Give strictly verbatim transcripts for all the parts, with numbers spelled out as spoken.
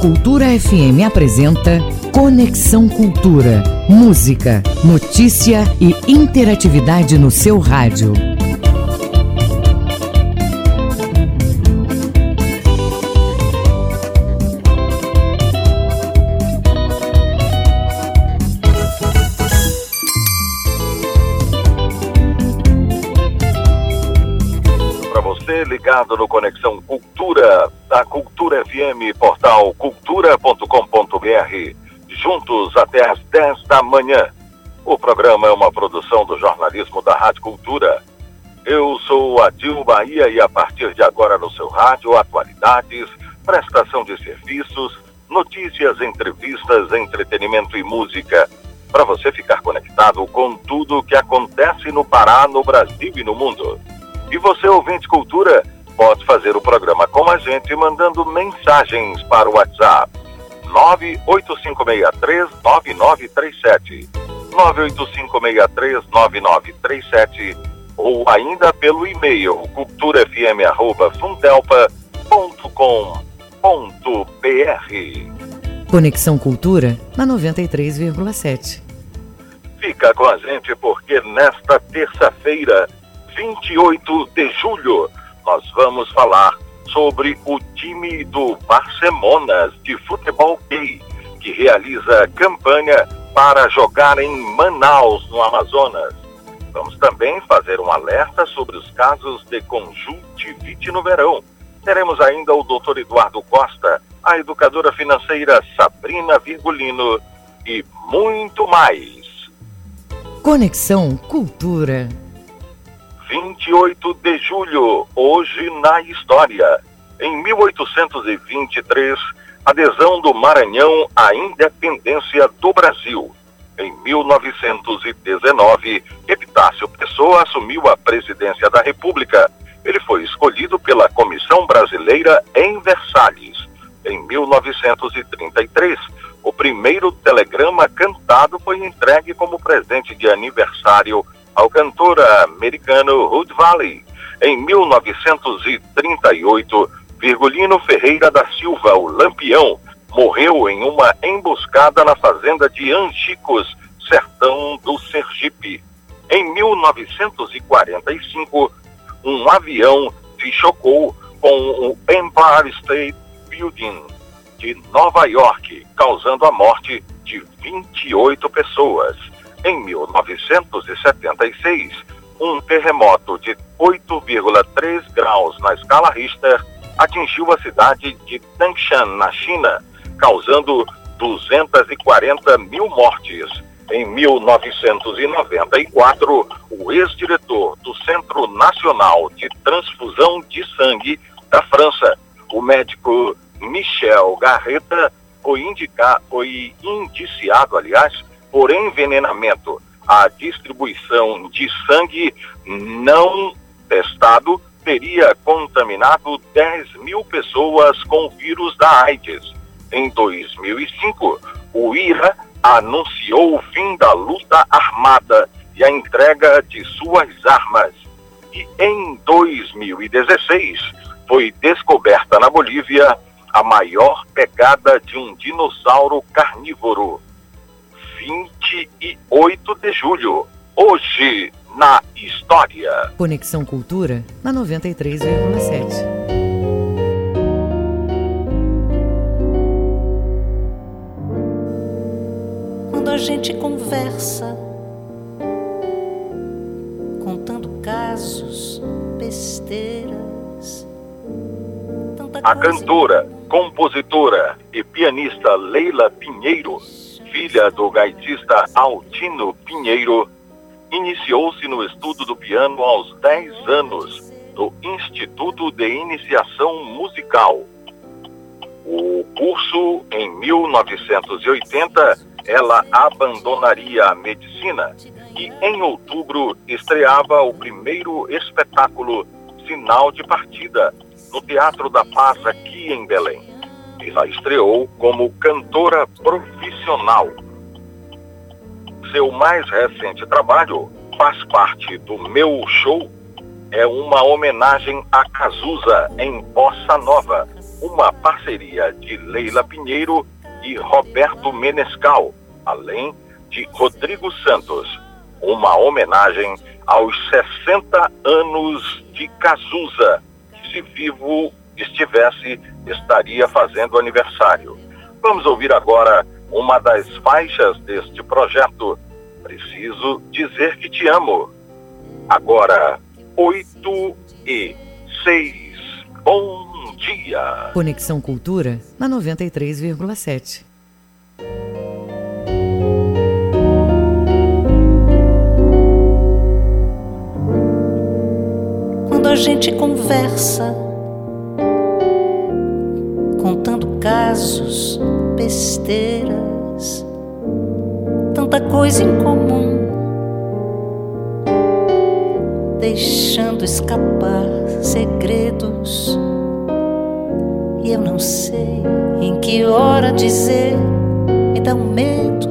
Cultura F M apresenta Conexão Cultura. Música, notícia e interatividade no seu rádio. Ligado no Conexão Cultura, da Cultura F M, portal cultura ponto com ponto b r, juntos até às dez da manhã. O programa é uma produção do jornalismo da Rádio Cultura. Eu sou Adil Bahia e a partir de agora no seu rádio, atualidades, prestação de serviços, notícias, entrevistas, entretenimento e música, para você ficar conectado com tudo o que acontece no Pará, no Brasil e no mundo. E você, ouvinte Cultura, pode fazer o programa com a gente mandando mensagens para o WhatsApp nove oito cinco seis três nove nove três sete, nove oito cinco seis três nove nove três sete ou ainda pelo e-mail cultura f m arroba fundelpa ponto com ponto b r. Conexão Cultura na noventa e três vírgula sete. Fica com a gente porque nesta terça-feira, vinte e oito de julho, nós vamos falar sobre o time do Barcemonas de futebol gay, que realiza campanha para jogar em Manaus, no Amazonas. Vamos também fazer um alerta sobre os casos de conjuntivite no verão. Teremos ainda o doutor Eduardo Costa, a educadora financeira Sabrina Virgulino e muito mais. Conexão Cultura. vinte e oito de julho, hoje na história. Em mil oitocentos e vinte e três, adesão do Maranhão à independência do Brasil. Em mil novecentos e dezenove, Epitácio Pessoa assumiu a presidência da República. Ele foi escolhido pela Comissão Brasileira em Versalhes. Em mil novecentos e trinta e três, o primeiro telegrama cantado foi entregue como presente de aniversário ao cantor americano Ruth Valley. Em mil novecentos e trinta e oito, Virgulino Ferreira da Silva, o Lampião, morreu em uma emboscada na fazenda de Angicos, sertão do Sergipe. Em mil novecentos e quarenta e cinco, um avião se chocou com o Empire State Building de Nova York, causando a morte de vinte e oito pessoas. Em mil novecentos e setenta e seis, um terremoto de oito vírgula três graus na escala Richter atingiu a cidade de Tangshan, na China, causando duzentas e quarenta mil mortes. Em mil novecentos e noventa e quatro, o ex-diretor do Centro Nacional de Transfusão de Sangue da França, o médico Michel Garreta, foi, indica, foi indiciado, aliás, por envenenamento. A distribuição de sangue não testado teria contaminado dez mil pessoas com o vírus da AIDS. Em dois mil e cinco, o Ira anunciou o fim da luta armada e a entrega de suas armas. E em dois mil e dezesseis, foi descoberta na Bolívia a maior pegada de um dinossauro carnívoro. vinte e oito de julho, hoje na história. Conexão Cultura na noventa e três vírgula sete. Quando a gente conversa, contando casos, besteiras, tanta a coisa... cantora, compositora e pianista Leila Pinheiro, filha do gaitista Altino Pinheiro, iniciou-se no estudo do piano aos dez anos, no Instituto de Iniciação Musical. O curso, em mil novecentos e oitenta, ela abandonaria a medicina e, em outubro, estreava o primeiro espetáculo Sinal de Partida, no Teatro da Paz, aqui em Belém. Ela estreou como cantora profissional. Seu mais recente trabalho, Faz Parte do Meu Show, é uma homenagem a Cazuza em Bossa Nova, uma parceria de Leila Pinheiro e Roberto Menescal, além de Rodrigo Santos, uma homenagem aos sessenta anos de Cazuza, que se vivo estivesse, estaria fazendo aniversário. Vamos ouvir agora uma das faixas deste projeto, Preciso Dizer Que Te Amo. Agora, oito e seis. Bom dia. Conexão Cultura na noventa e três vírgula sete. Quando a gente conversa, contando casos, besteiras, tanta coisa em comum, deixando escapar segredos, e eu não sei em que hora dizer, me dá um medo.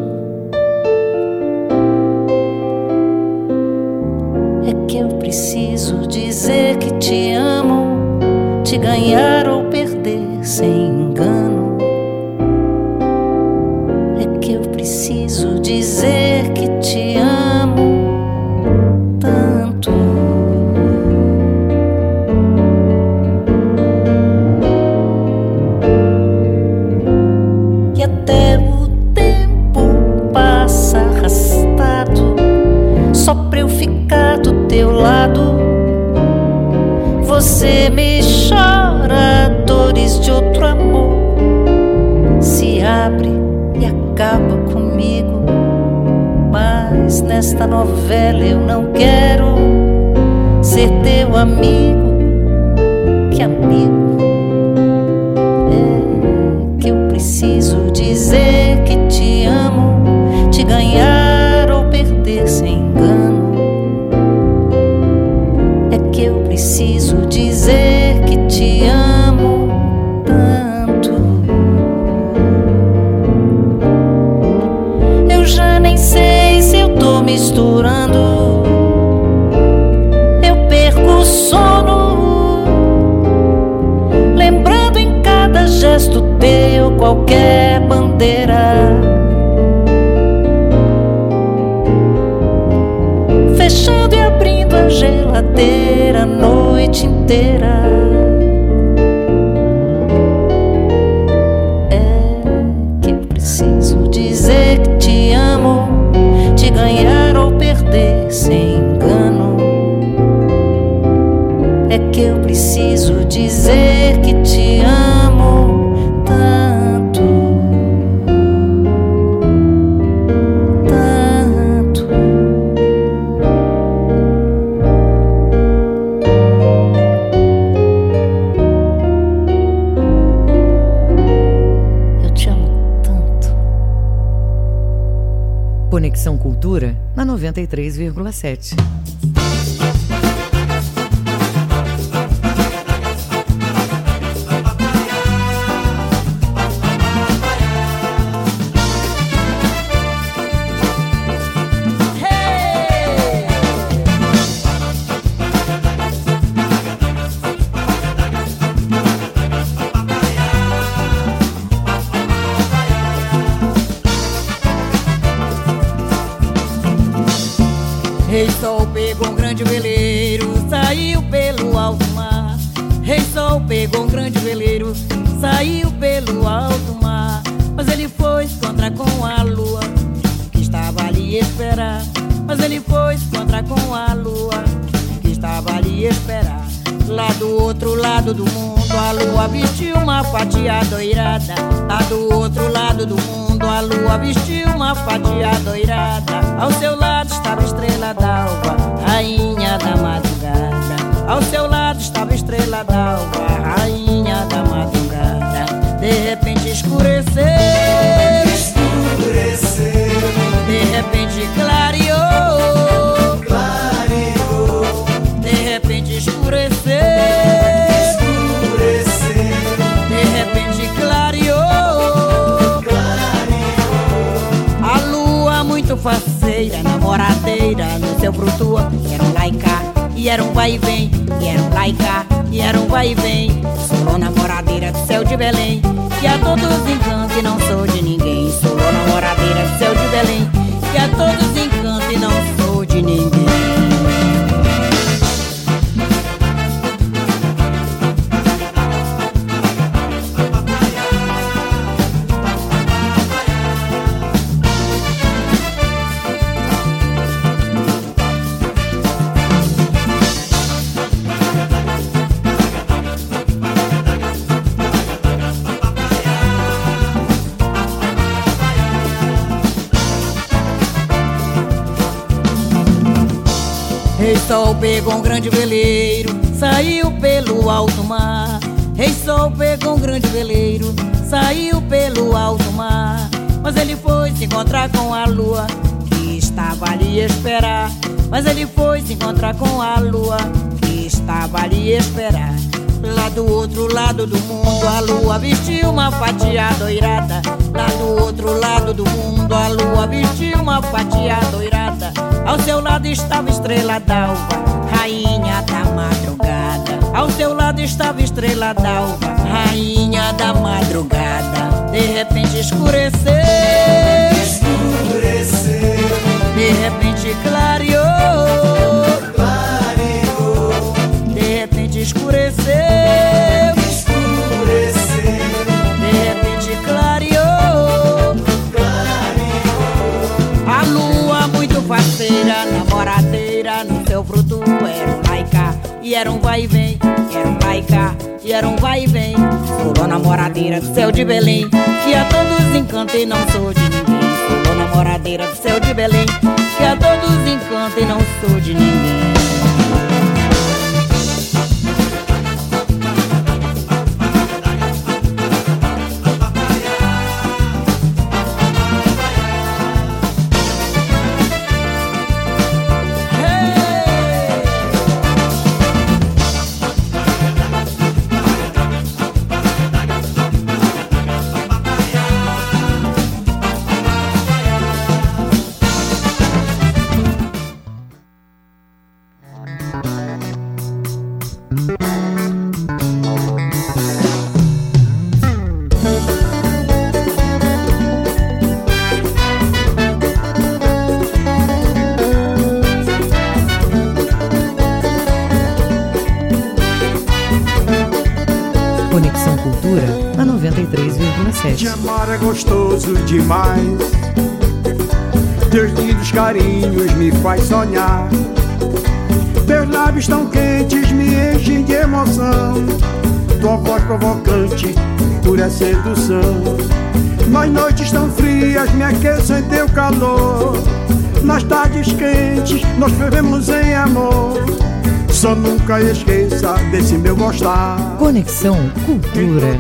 É que eu preciso dizer que te amo, te ganhar ou perder sem engano. É que eu preciso dizer que te amo tanto. E até o tempo passa arrastado, só pra eu ficar do teu lado. Você me chora dores de outro amor, se abre e acaba comigo. Mas nesta novela eu não quero ser teu amigo. Que amigo é que eu preciso dizer que te amo, te ganhar ou perder sem engano. É que eu preciso dizer que te amo tanto. Eu já nem sei se eu tô misturando, eu perco o sono, lembrando em cada gesto teu qualquer bandeira, fechando e abrindo a geladeira a noite inteira. É que eu preciso dizer que te amo, te ganhar ou perder sem engano. É que eu preciso dizer que te amo tanto, tanto. Eu te amo tanto. Conexão Cultura na noventa e três vírgula sete. Rei Sol pegou um grande veleiro, saiu pelo alto mar. Rei Sol pegou um grande veleiro, saiu pelo alto mar. Mas ele foi se encontrar com a lua, que estava ali a esperar. Mas ele foi se encontrar com a lua, que estava ali a esperar. Lá do outro lado do mundo a lua vestiu uma fatia doirada. Lá do outro lado do mundo a lua vestiu uma fatia doirada. Ao seu lado estava a estrela d'alva, rainha da madrugada. Ao seu lado estava a estrela d'alva, rainha da madrugada. De repente escureceu, escureceu. De repente clareou, clareou. De repente escureceu, escureceu. De repente clareou, clareou. A lua muito faceira, namoradeira, no céu flutua. Era um lá e cá, e era um vai e vem. E era um lá e cá, e era um vai e vem. Solou namoradeira do céu de de Belém, que a todos encanta e não sou de ninguém. Sou a namoradeira do céu de Belém, que a todos encanta e não sou de ninguém. Rei Sol pegou um grande veleiro, saiu pelo alto mar. Rei Sol pegou um grande veleiro, saiu pelo alto mar. Mas ele foi se encontrar com a lua, que estava ali a esperar. Mas ele foi se encontrar com a lua, que estava ali a esperar. Lá do outro lado do mundo a lua vestiu uma fatia doirada. Lá do outro lado do mundo a lua vestiu uma fatia doirada. Ao seu lado estava Estrela d'Alva, rainha da madrugada. Ao seu lado estava Estrela d'Alva, rainha da madrugada. De repente escureceu, escureceu. De repente clareou, clareou. De repente escureceu, escureceu. De repente clareou, clareou. A lua muito faceira, namoradeira, no seu fruto era um laica. E era um vai e vem, era um laica. E era um vai e vem. Sou a namoradeira do céu de Belém, que a todos encanta e não sou de ninguém. Sou a namoradeira do céu de Belém, que a todos encanta e não sou de ninguém. Conexão Cultura, na noventa e três vírgula sete. Te amar é gostoso demais. Teus lindos carinhos me faz sonhar. Teus lábios tão quentes me enchem de emoção. Tua voz provocante, pura sedução. Nas noites tão frias me aqueço em teu calor. Nas tardes quentes nós fervemos em amor. Só nunca esqueça desse meu gostar. Conexão Cultura.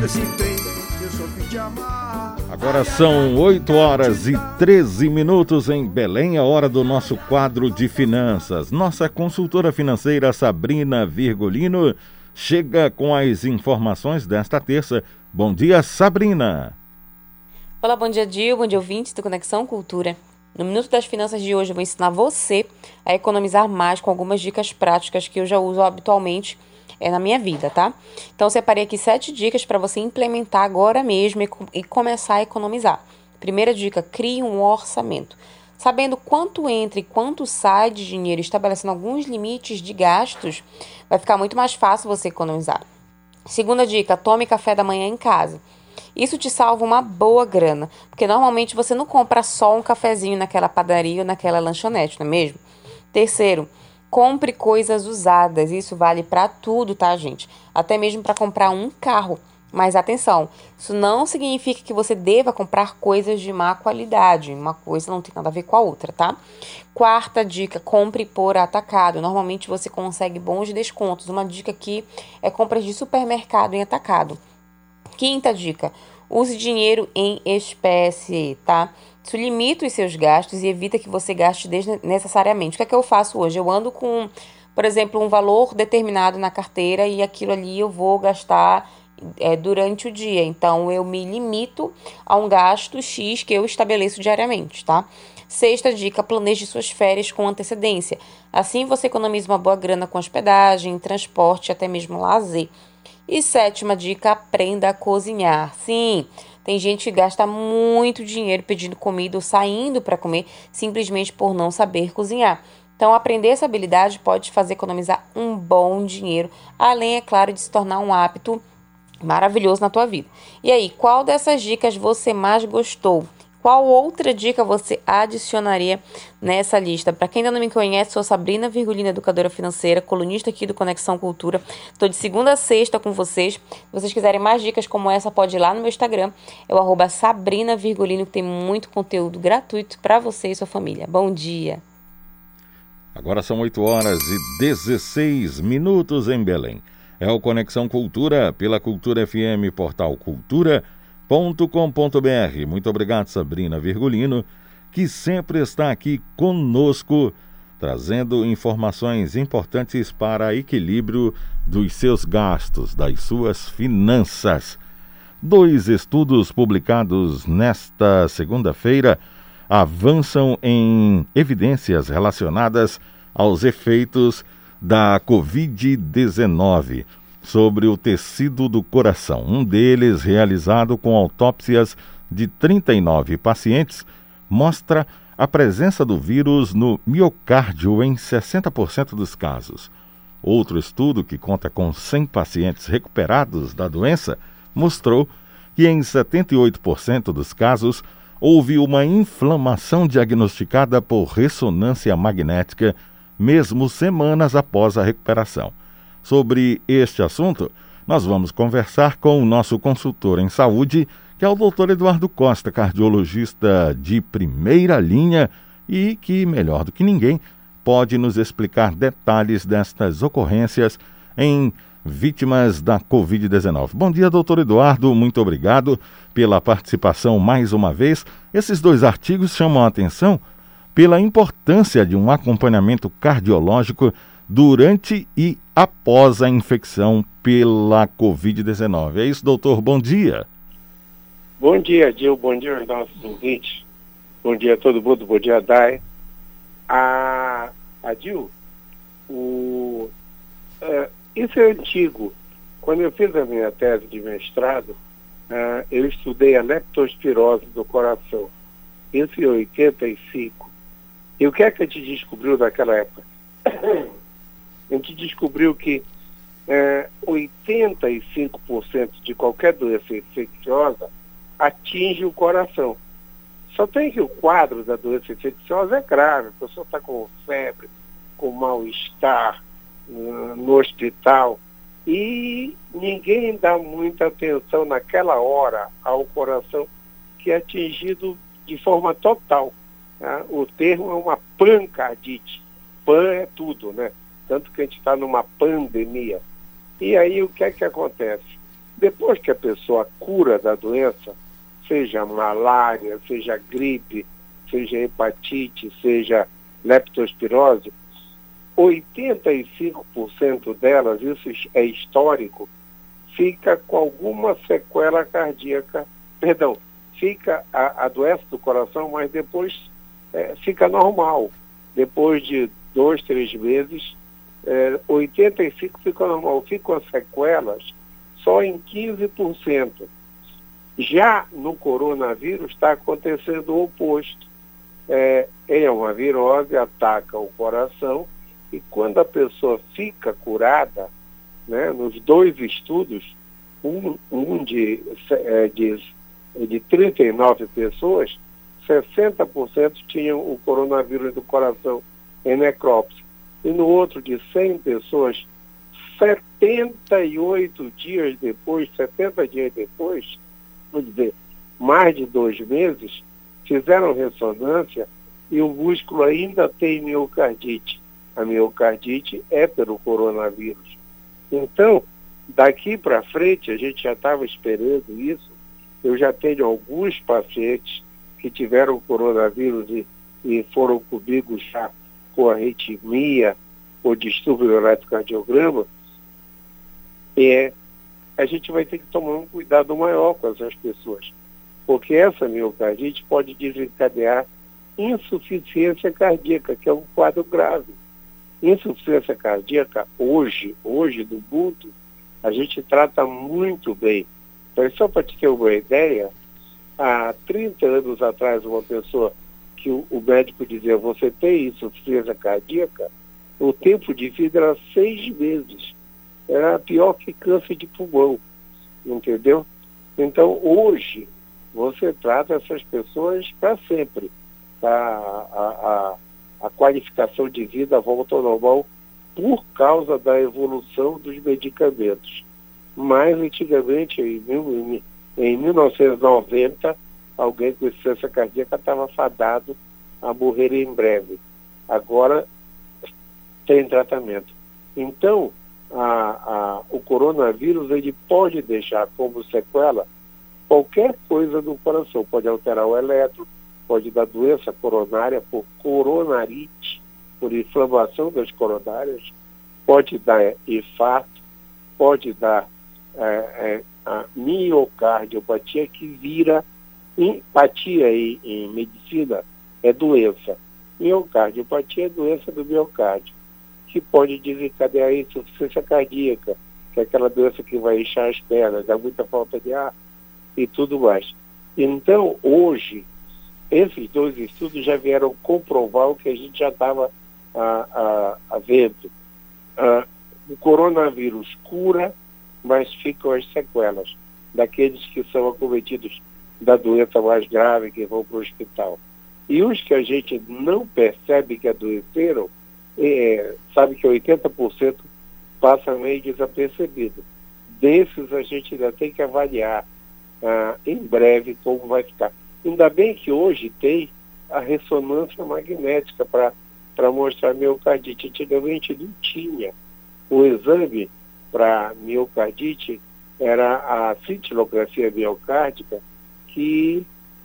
Agora são oito horas e treze minutos em Belém, a hora do nosso quadro de finanças. Nossa consultora financeira Sabrina Virgolino chega com as informações desta terça. Bom dia, Sabrina. Olá, bom dia, Dil, bom dia, ouvintes do Conexão Cultura. No Minuto das Finanças de hoje eu vou ensinar você a economizar mais com algumas dicas práticas que eu já uso habitualmente é, na minha vida, tá? Então eu separei aqui sete dicas para você implementar agora mesmo e, e começar a economizar. Primeira dica, crie um orçamento. Sabendo quanto entra e quanto sai de dinheiro, estabelecendo alguns limites de gastos, vai ficar muito mais fácil você economizar. Segunda dica, tome café da manhã em casa. Isso te salva uma boa grana, porque normalmente você não compra só um cafezinho naquela padaria ou naquela lanchonete, não é mesmo? Terceiro, compre coisas usadas. Isso vale para tudo, tá, gente? Até mesmo para comprar um carro. Mas atenção, isso não significa que você deva comprar coisas de má qualidade. Uma coisa não tem nada a ver com a outra, tá? Quarta dica, compre por atacado. Normalmente você consegue bons descontos. Uma dica aqui é compras de supermercado em atacado. Quinta dica, use dinheiro em espécie, tá? Isso limita os seus gastos e evita que você gaste desnecessariamente. O que é que eu faço hoje? Eu ando com, por exemplo, um valor determinado na carteira e aquilo ali eu vou gastar é, durante o dia. Então, eu me limito a um gasto X que eu estabeleço diariamente, tá? Sexta dica, planeje suas férias com antecedência. Assim, você economiza uma boa grana com hospedagem, transporte e até mesmo lazer. E sétima dica, aprenda a cozinhar. Sim, tem gente que gasta muito dinheiro pedindo comida ou saindo para comer simplesmente por não saber cozinhar. Então, aprender essa habilidade pode te fazer economizar um bom dinheiro, além, é claro, de se tornar um hábito maravilhoso na tua vida. E aí, qual dessas dicas você mais gostou? Qual outra dica você adicionaria nessa lista? Para quem ainda não me conhece, sou Sabrina Virgulino, educadora financeira, colunista aqui do Conexão Cultura. Estou de segunda a sexta com vocês. Se vocês quiserem mais dicas como essa, pode ir lá no meu Instagram. É o arroba Sabrina Virgulino, que tem muito conteúdo gratuito para você e sua família. Bom dia! Agora são oito horas e dezesseis minutos em Belém. É o Conexão Cultura pela Cultura F M, portal cultura ponto com ponto b r. Muito obrigado, Sabrina Virgulino, que sempre está aqui conosco, trazendo informações importantes para equilíbrio dos seus gastos, das suas finanças. Dois estudos publicados nesta segunda-feira avançam em evidências relacionadas aos efeitos da covid dezenove sobre o tecido do coração. Um deles, realizado com autópsias de trinta e nove pacientes, mostra a presença do vírus no miocárdio em sessenta por cento dos casos. Outro estudo, que conta com cem pacientes recuperados da doença, mostrou que em setenta e oito por cento dos casos houve uma inflamação diagnosticada por ressonância magnética, mesmo semanas após a recuperação. Sobre este assunto, nós vamos conversar com o nosso consultor em saúde, que é o doutor Eduardo Costa, cardiologista de primeira linha e que, melhor do que ninguém, pode nos explicar detalhes destas ocorrências em vítimas da covid dezenove. Bom dia, doutor Eduardo, muito obrigado pela participação mais uma vez. Esses dois artigos chamam a atenção pela importância de um acompanhamento cardiológico durante e após a infecção pela covid dezenove. É isso, doutor? Bom dia. Bom dia, Gil. Bom dia aos nossos ouvintes. Bom dia a todo mundo. Bom dia, Dai. A, a Gil, o, uh, isso é antigo. Quando eu fiz a minha tese de mestrado, uh, eu estudei a leptospirose do coração. Isso em oitenta e cinco. E o que é que a gente descobriu naquela época? A gente descobriu que é, oitenta e cinco por cento de qualquer doença infecciosa atinge o coração. Só tem que o quadro da doença infecciosa é grave, a pessoa está com febre, com mal-estar uh, no hospital, e ninguém dá muita atenção naquela hora ao coração, que é atingido de forma total. Tá? O termo é uma pancardite. Pan é tudo, né? Tanto que a gente está numa pandemia. E aí o que é que acontece? Depois que a pessoa cura da doença, seja malária, seja gripe, seja hepatite, seja leptospirose, oitenta e cinco por cento delas, isso é histórico, fica com alguma sequela cardíaca, perdão, fica a, a doença do coração, mas depois é, fica normal. Depois de dois, três meses, É, oitenta e cinco por cento ficam normal, ficam as sequelas só em quinze por cento. Já no coronavírus está acontecendo o oposto. É, é uma virose, ataca o coração, e quando a pessoa fica curada, né, nos dois estudos, um, um de, de, de trinta e nove pessoas, sessenta por cento tinham o coronavírus do coração em necrópsia. E no outro de cem pessoas, setenta e oito dias depois, setenta dias depois, vou dizer, mais de dois meses, fizeram ressonância e o músculo ainda tem miocardite. A miocardite é pelo coronavírus. Então, daqui para frente, a gente já estava esperando isso. Eu já tenho alguns pacientes que tiveram coronavírus e, e foram comigo já com arritmia ou distúrbio do eletrocardiograma, é, a gente vai ter que tomar um cuidado maior com essas pessoas, porque essa miocardite pode desencadear insuficiência cardíaca, que é um quadro grave. Insuficiência cardíaca hoje, hoje no mundo, A gente trata muito bem. Então, só para te ter uma ideia, há trinta anos atrás, uma pessoa que o, o médico dizia, você tem insuficiência cardíaca, o tempo de vida era seis meses. Era pior que câncer de pulmão, entendeu? Então, hoje, você trata essas pessoas para sempre. A, a, a, a qualificação de vida volta ao normal por causa da evolução dos medicamentos. Mas, antigamente, em, mil, em mil novecentos e noventa, alguém com insuficiência cardíaca estava fadado a morrer em breve. Agora, tem tratamento. Então, a, a, o coronavírus ele pode deixar como sequela qualquer coisa do coração. Pode alterar o eletro, pode dar doença coronária por coronarite, por inflamação das coronárias, pode dar infarto, pode dar é, é, a miocardiopatia, que vira empatia em, em medicina, é doença. Miocardiopatia é doença do miocárdio, que pode desencadear a insuficiência cardíaca, que é aquela doença que vai inchar as pernas, dá muita falta de ar e tudo mais. Então, hoje, esses dois estudos já vieram comprovar o que a gente já estava a, a, a vendo. Ah, o coronavírus cura, mas ficam as sequelas daqueles que são acometidos da doença mais grave, que vão para o hospital. E os que a gente não percebe que adoeceram, é, sabe que oitenta por cento passa meio desapercebido. Desses a gente ainda tem que avaliar ah, em breve como vai ficar. Ainda bem que hoje tem a ressonância magnética para mostrar miocardite. Antigamente não tinha. O exame para miocardite era a cintilografia miocárdica, que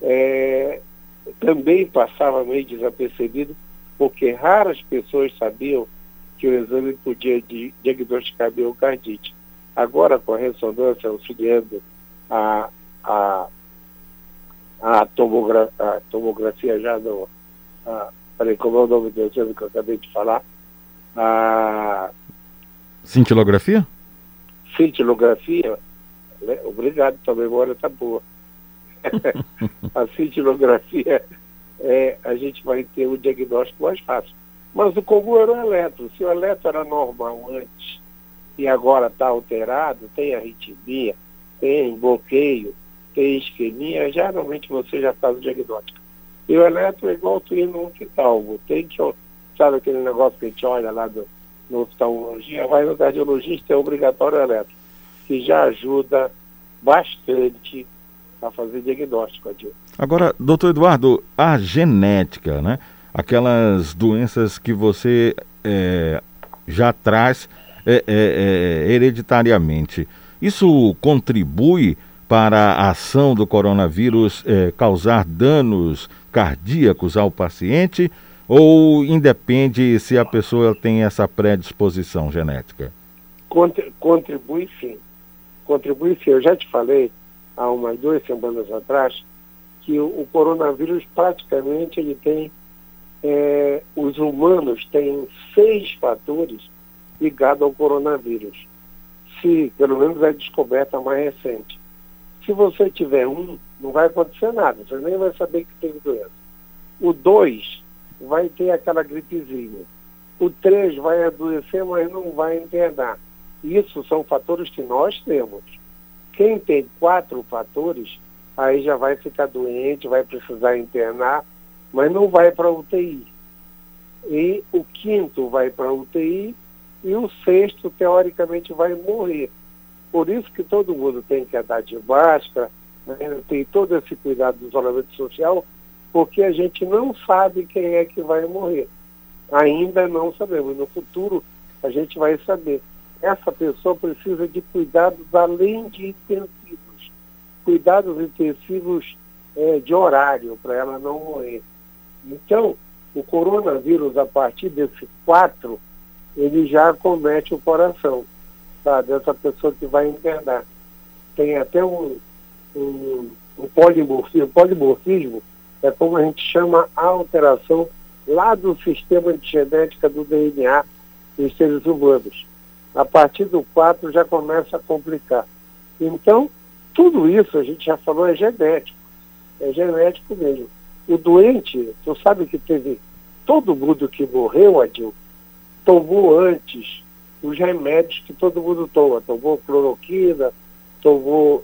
é, também passava meio desapercebido, porque raras pessoas sabiam que o exame podia di- diagnosticar miocardite. Agora, com a ressonância auxiliando a, a, a, tomogra- a tomografia, já não, a, peraí, como é o nome do exame que eu acabei de falar? A cintilografia? Cintilografia, né? Obrigado, tua memória está boa. A cintilografia, é, a gente vai ter um diagnóstico mais fácil. Mas o comum era o eletro. Se o eletro era normal antes e agora está alterado, tem arritmia, tem bloqueio, tem isquemia, geralmente você já faz o diagnóstico. E o eletro é igual tu ir no oftalmo. Tem que, sabe aquele negócio que a gente olha lá do, no oftalmologia? Vai no cardiologista, é obrigatório o eletro, que já ajuda bastante a fazer diagnóstico, Adil. Agora, doutor Eduardo, a genética, né? Aquelas doenças que você é, já traz é, é, é, hereditariamente, isso contribui para a ação do coronavírus é, causar danos cardíacos ao paciente, ou independe se a pessoa tem essa predisposição genética? Contribui sim. Contribui sim. Eu já te falei há umas duas semanas atrás que o, o coronavírus praticamente ele tem, é, os humanos têm seis fatores ligados ao coronavírus. Se, pelo menos, é a descoberta mais recente. Se você tiver um, não vai acontecer nada, você nem vai saber que teve doença. O dois vai ter aquela gripezinha. O três vai adoecer, mas não vai internar. Isso são fatores que nós temos. Quem tem quatro fatores, aí já vai ficar doente, vai precisar internar, mas não vai para a U T I. E o quinto vai para a U T I e o sexto, teoricamente, vai morrer. Por isso que todo mundo tem que andar de máscara, né? Tem todo esse cuidado do isolamento social, porque a gente não sabe quem é que vai morrer. Ainda não sabemos. No futuro, a gente vai saber. Essa pessoa precisa de cuidados além de intensivos. Cuidados intensivos é, de horário, para ela não morrer. Então, o coronavírus, a partir desses quatro, ele já acomete o coração, tá? Dessa pessoa que vai internar. Tem até um, um, um polimorfismo. Polimorfismo é como a gente chama a alteração lá do sistema de genética do D N A dos seres humanos. A partir do quatro já começa a complicar. Então, tudo isso, a gente já falou, é genético. É genético mesmo. O doente, tu sabe que teve todo mundo que morreu, Adil, tomou antes os remédios que todo mundo toma. Tomou cloroquina, tomou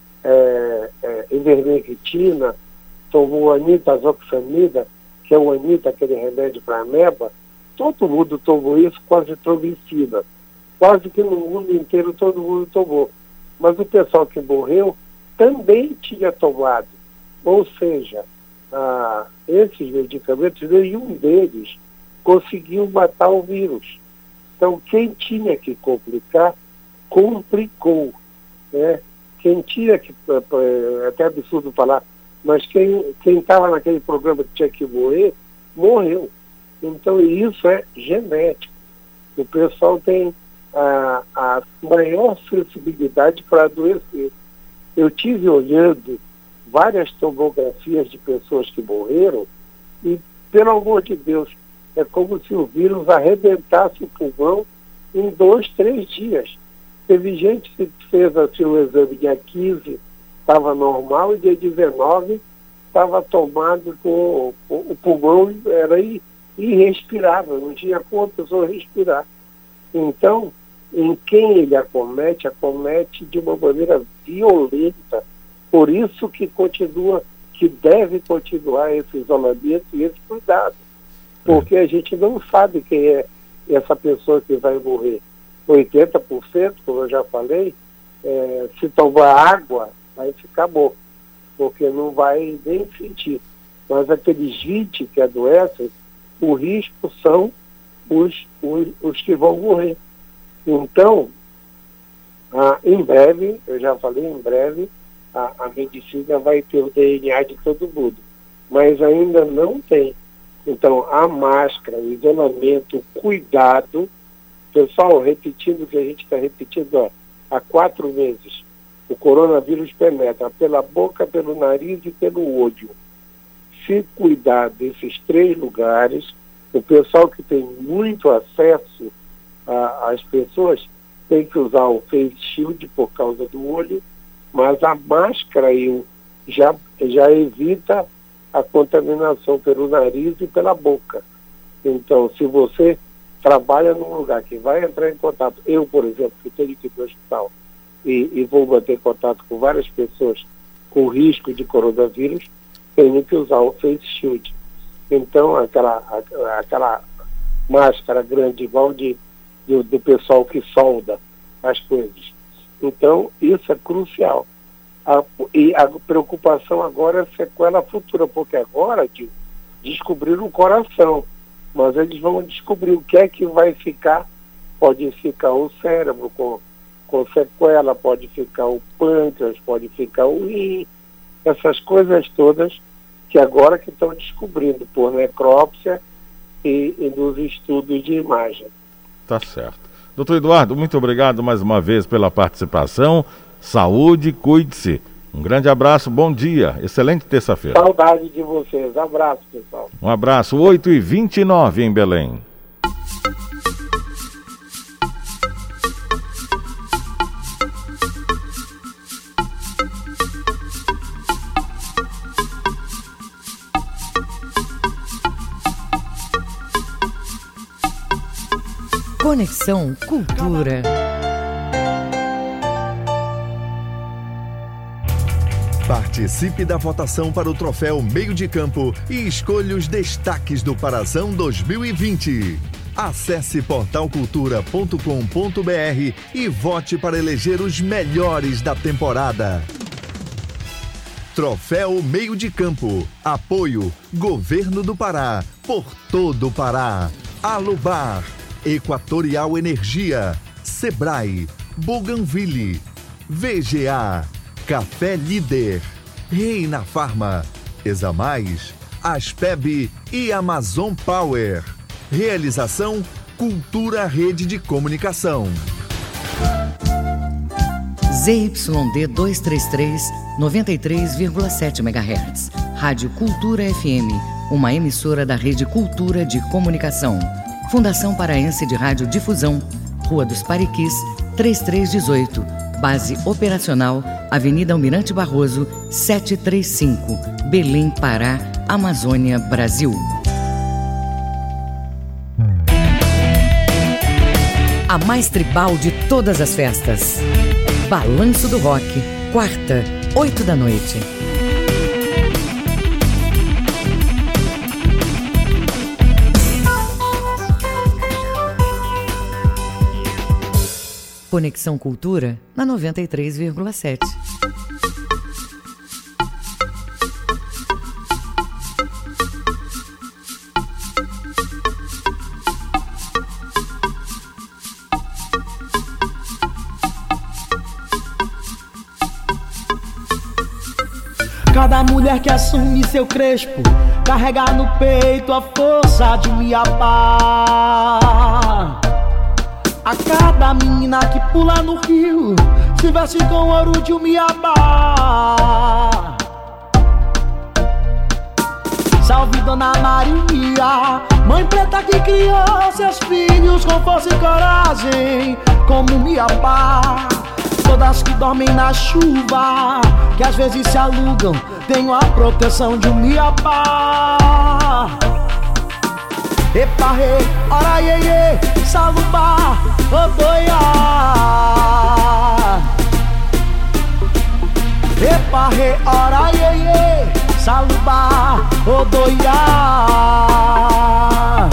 é, é, ivermectina, tomou anitazoxanida, que é o anita, aquele remédio para ameba. Todo mundo tomou isso com azitromicina. Quase que no mundo inteiro todo mundo tomou. Mas o pessoal que morreu também tinha tomado. Ou seja, ah, esses medicamentos, nenhum deles conseguiu matar o vírus. Então, quem tinha que complicar, complicou. Né? Quem tinha que, é até absurdo falar, mas quem estava naquele programa que tinha que morrer, morreu. Então, isso é genético. O pessoal tem a, a maior sensibilidade para adoecer. Eu tive olhando várias tomografias de pessoas que morreram e, pelo amor de Deus, é como se o vírus arrebentasse o pulmão em dois, três dias. Teve gente que fez assim o exame dia quinze, estava normal, e dia dezenove estava tomado com o pulmão, era irrespirável, não tinha como a pessoa respirar. Então, em quem ele acomete, acomete de uma maneira violenta. Por isso que continua, que deve continuar esse isolamento e esse cuidado. Porque a gente não sabe quem é essa pessoa que vai morrer. oitenta por cento, como eu já falei, é, se tomar água, vai ficar bom, porque não vai nem sentir. Mas aqueles vinte que adoecem, o risco são os, os, os que vão morrer. Então, ah, em breve, eu já falei, em breve, a, a medicina vai ter o D N A de todo mundo, mas ainda não tem. Então, a máscara, o isolamento, o cuidado. Pessoal, repetindo o que a gente está repetindo ó, há quatro meses, o coronavírus penetra pela boca, pelo nariz e pelo olho. Se cuidar desses três lugares, o pessoal que tem muito acesso às pessoas tem que usar o face shield por causa do olho, mas a máscara aí já, já evita a contaminação pelo nariz e pela boca. Então, se você trabalha num lugar que vai entrar em contato, eu, por exemplo, que tenho que ir para o hospital e, e vou manter contato com várias pessoas com risco de coronavírus, tenho que usar o face shield. Então, aquela, aquela máscara grande, igual de, de, do pessoal que solda as coisas. Então, isso é crucial. A, e a preocupação agora é a sequela futura, porque agora de, descobriram o coração, mas eles vão descobrir o que é que vai ficar. Pode ficar o cérebro com, com sequela, pode ficar o pâncreas, pode ficar o rim, essas coisas todas que agora que estão descobrindo por necrópsia e, e nos estudos de imagem. Tá certo. Doutor Eduardo, muito obrigado mais uma vez pela participação. Saúde, cuide-se. Um grande abraço, bom dia. Excelente terça-feira. Saudade de vocês. Abraço, pessoal. Um abraço. oito e vinte e nove em Belém. Conexão Cultura. Participe da votação para o troféu Meio de Campo e escolha os destaques do Parazão dois mil e vinte. Acesse portal cultura ponto com ponto b r e vote para eleger os melhores da temporada. Troféu Meio de Campo. Apoio Governo do Pará. Por todo o Pará. Alubar. Equatorial Energia. Sebrae. Bougainville. V G A. Café Líder, Reina Farma, Examais, Aspeb e Amazon Power. Realização Cultura Rede de Comunicação. Z Y D duzentos e trinta e três, noventa e três vírgula sete megahertz. Rádio Cultura F M, uma emissora da Rede Cultura de Comunicação. Fundação Paraense de Rádio Difusão, Rua dos Pariquis, três três um oito. Base operacional, Avenida Almirante Barroso, setecentos e trinta e cinco, Belém, Pará, Amazônia, Brasil. A mais tribal de todas as festas. Balanço do Rock, quarta, oito da noite. Conexão Cultura na noventa e três vírgula sete. Cada mulher que assume seu crespo carrega no peito a força de me amar. A cada menina que pula no rio se veste com ouro de Umiabá. Salve Dona Maria, mãe preta que criou seus filhos com força e coragem, como Umiabá. Todas que dormem na chuva, que às vezes se alugam, tenho a proteção de Umiabá. Epa, rei, ora, iê, iê, salubá, odoiá. Epa, rei, ora, iê, iê, salubá, odoiá.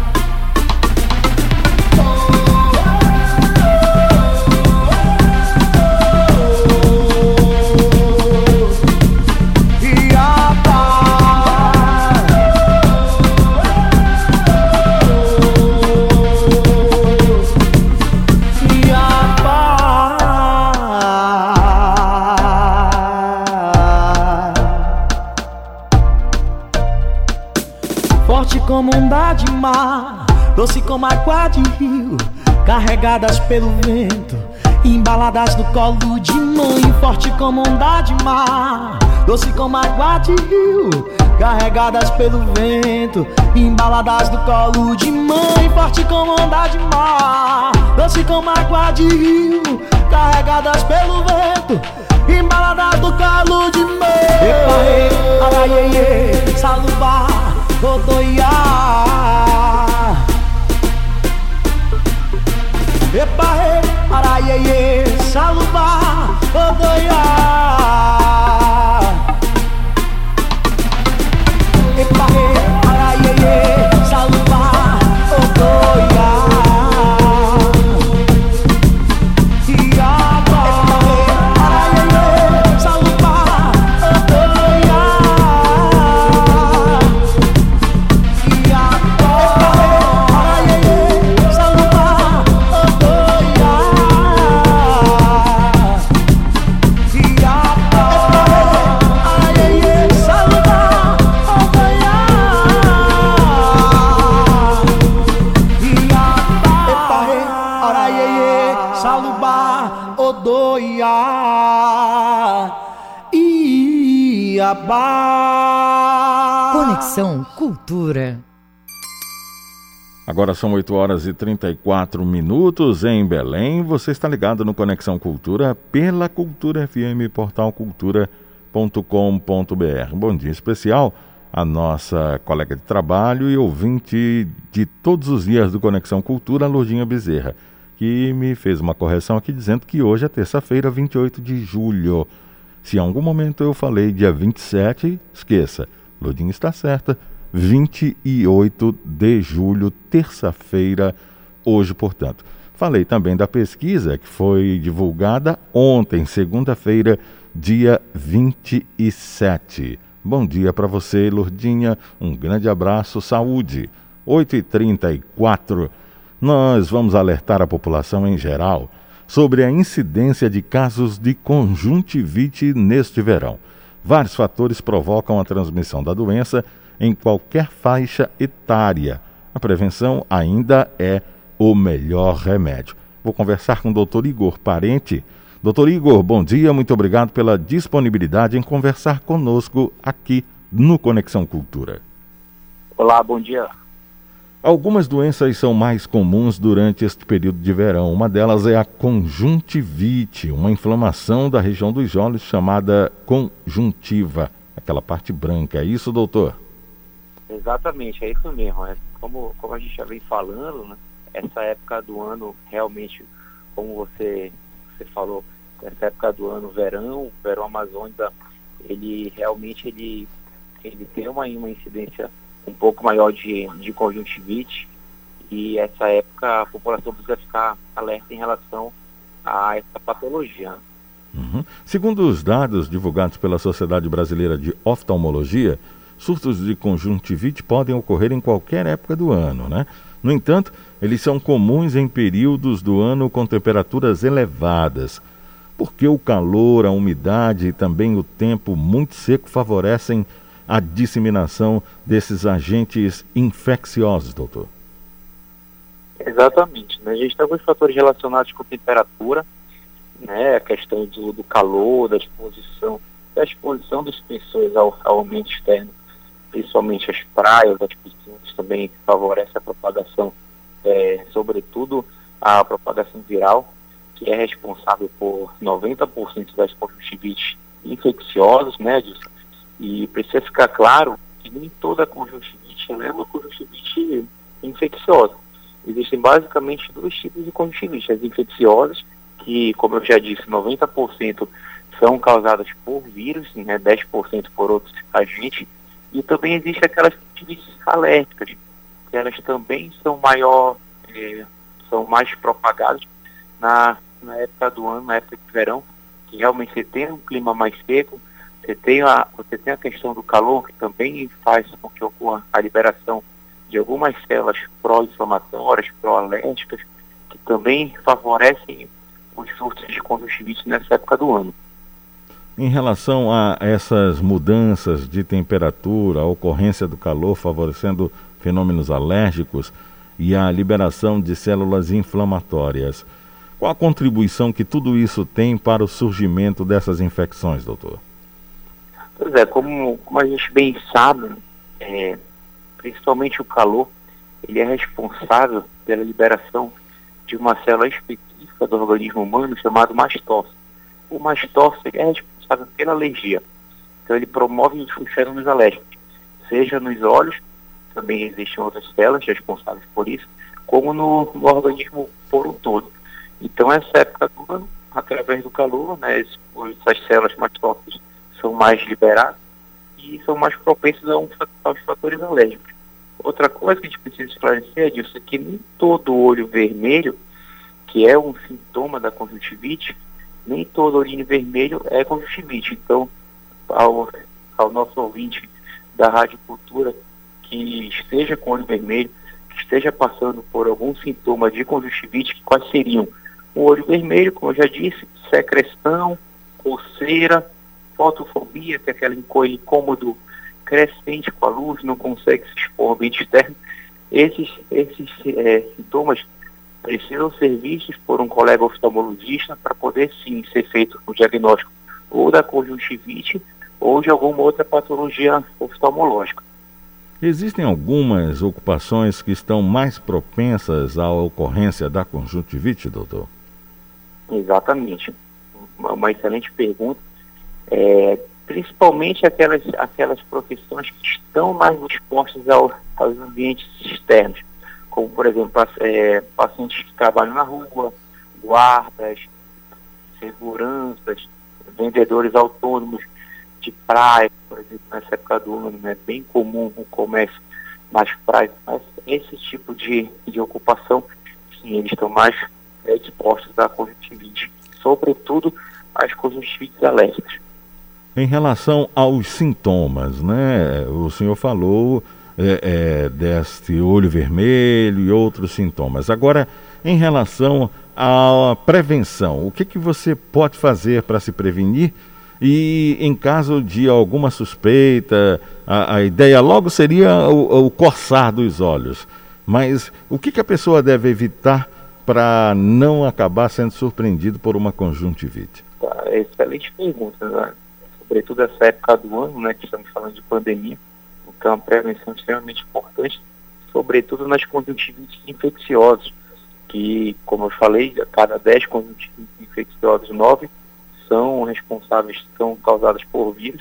Como onda de mar, doce como água de rio, carregadas pelo vento, embaladas no colo de mãe. Forte como onda de mar, doce como água de rio, carregadas pelo vento, embaladas no colo de mãe. Forte como onda de mar, doce como água de rio, carregadas pelo vento, embaladas no colo de mãe. Epa, ei, araiê, salubá, odoiá. Epa, rei, araiê, salubá, odoiá. Epa, rei, araiê, salubá, odoiá. Conexão Cultura. Agora são oito horas e trinta e quatro minutos em Belém. Você está ligado no Conexão Cultura pela Cultura F M, portal cultura ponto com ponto b r. Bom dia especial à nossa colega de trabalho e ouvinte de todos os dias do Conexão Cultura, Lourdinha Bezerra, que me fez uma correção aqui dizendo que hoje é terça-feira, vinte e oito de julho. Se em algum momento eu falei dia vinte e sete, esqueça, Lourdinha está certa, vinte e oito de julho, terça-feira, hoje, portanto. Falei também da pesquisa que foi divulgada ontem, segunda-feira, dia vinte e sete. Bom dia para você, Lourdinha, um grande abraço, saúde. oito e trinta e quatro, nós vamos alertar a população em geral sobre a incidência de casos de conjuntivite neste verão. Vários fatores provocam a transmissão da doença em qualquer faixa etária. A prevenção ainda é o melhor remédio. Vou conversar com o doutor Igor Parente. doutor Igor, bom dia, muito obrigado pela disponibilidade em conversar conosco aqui no Conexão Cultura. Olá, bom dia. Algumas doenças são mais comuns durante este período de verão. Uma delas é a conjuntivite, uma inflamação da região dos olhos chamada conjuntiva, aquela parte branca. É isso, doutor? Exatamente, é isso mesmo. É como, como a gente já vem falando, né? Essa época do ano, realmente, como você, você falou, essa época do ano, verão, verão amazônica, ele realmente ele, ele tem uma, uma incidência um pouco maior de, de conjuntivite, e essa época a população precisa ficar alerta em relação a essa patologia. Uhum. Segundo os dados divulgados pela Sociedade Brasileira de Oftalmologia, surtos de conjuntivite podem ocorrer em qualquer época do ano, né? No entanto, eles são comuns em períodos do ano com temperaturas elevadas, porque o calor, a umidade e também o tempo muito seco favorecem a disseminação desses agentes infecciosos, doutor. Exatamente, né? A gente tem alguns fatores relacionados com temperatura, né? A questão do, do calor, da exposição, da exposição das pessoas ao, ao ambiente externo, principalmente as praias, as piscinas, também favorece a propagação, é, sobretudo a propagação viral, que é responsável por noventa por cento das conjuntivites infecciosas, né, Edilson? E precisa ficar claro que nem toda conjuntivite é uma conjuntivite infecciosa. Existem basicamente dois tipos de conjuntivite. As infecciosas, que, como eu já disse, noventa por cento são causadas por vírus, né, dez por cento por outros agentes. E também existem aquelas conjuntivites alérgicas, que elas também são maior, eh, são mais propagadas na, na época do ano, na época de verão, que realmente você tem um clima mais seco. Você tem, a, você tem a questão do calor, que também faz com que ocorra a liberação de algumas células pró-inflamatórias, pró-alérgicas, que também favorecem os surtos de conjuntivite nessa época do ano. Em relação a essas mudanças de temperatura, a ocorrência do calor favorecendo fenômenos alérgicos e a liberação de células inflamatórias, qual a contribuição que tudo isso tem para o surgimento dessas infecções, doutor? Pois é, como, como a gente bem sabe, é, principalmente o calor, ele é responsável pela liberação de uma célula específica do organismo humano chamada mastócito. O mastócito é responsável pela alergia, então ele promove os fenômenos alérgicos, seja nos olhos, também existem outras células responsáveis por isso, como no, no organismo por um todo. Então essa época do ano, através do calor, né, essas células mastócitas são mais liberadas e são mais propensas a um, aos fatores alérgicos. Outra coisa que a gente precisa esclarecer é disso, é que nem todo olho vermelho, que é um sintoma da conjuntivite, nem todo olhinho vermelho é conjuntivite. Então, ao, ao nosso ouvinte da Rádio Cultura que esteja com olho vermelho, que esteja passando por algum sintoma de conjuntivite, quais seriam? O olho vermelho, como eu já disse, secreção, coceira, fotofobia, que é aquele incômodo crescente com a luz, não consegue se expor ao ambiente externo. Esses, esses é, sintomas precisam ser vistos por um colega oftalmologista para poder sim ser feito o diagnóstico ou da conjuntivite ou de alguma outra patologia oftalmológica. Existem algumas ocupações que estão mais propensas à ocorrência da conjuntivite, doutor? Exatamente. Uma, uma excelente pergunta. É, principalmente aquelas, aquelas profissões que estão mais expostas ao, aos ambientes externos, como, por exemplo, é, pacientes que trabalham na rua, guardas, seguranças, vendedores autônomos de praia, por exemplo, nessa época do ano, é bem comum o comércio nas praias, mas esse tipo de, de ocupação, sim, eles estão mais é, expostos à conjuntivite, sobretudo às conjuntivites alérgicas. Em relação aos sintomas, né? O senhor falou é, é, deste olho vermelho e outros sintomas. Agora, em relação à prevenção, o que, que você pode fazer para se prevenir? E em caso de alguma suspeita, a, a ideia logo seria o, o coçar dos olhos. Mas o que, que a pessoa deve evitar para não acabar sendo surpreendido por uma conjuntivite? Tá, excelente pergunta, né? Sobretudo essa época do ano, né, que estamos falando de pandemia, então a prevenção é extremamente importante. sobretudo nas conjuntivites infecciosas, que, como eu falei, a cada dez conjuntivites infecciosas, nove são responsáveis, são causadas por vírus.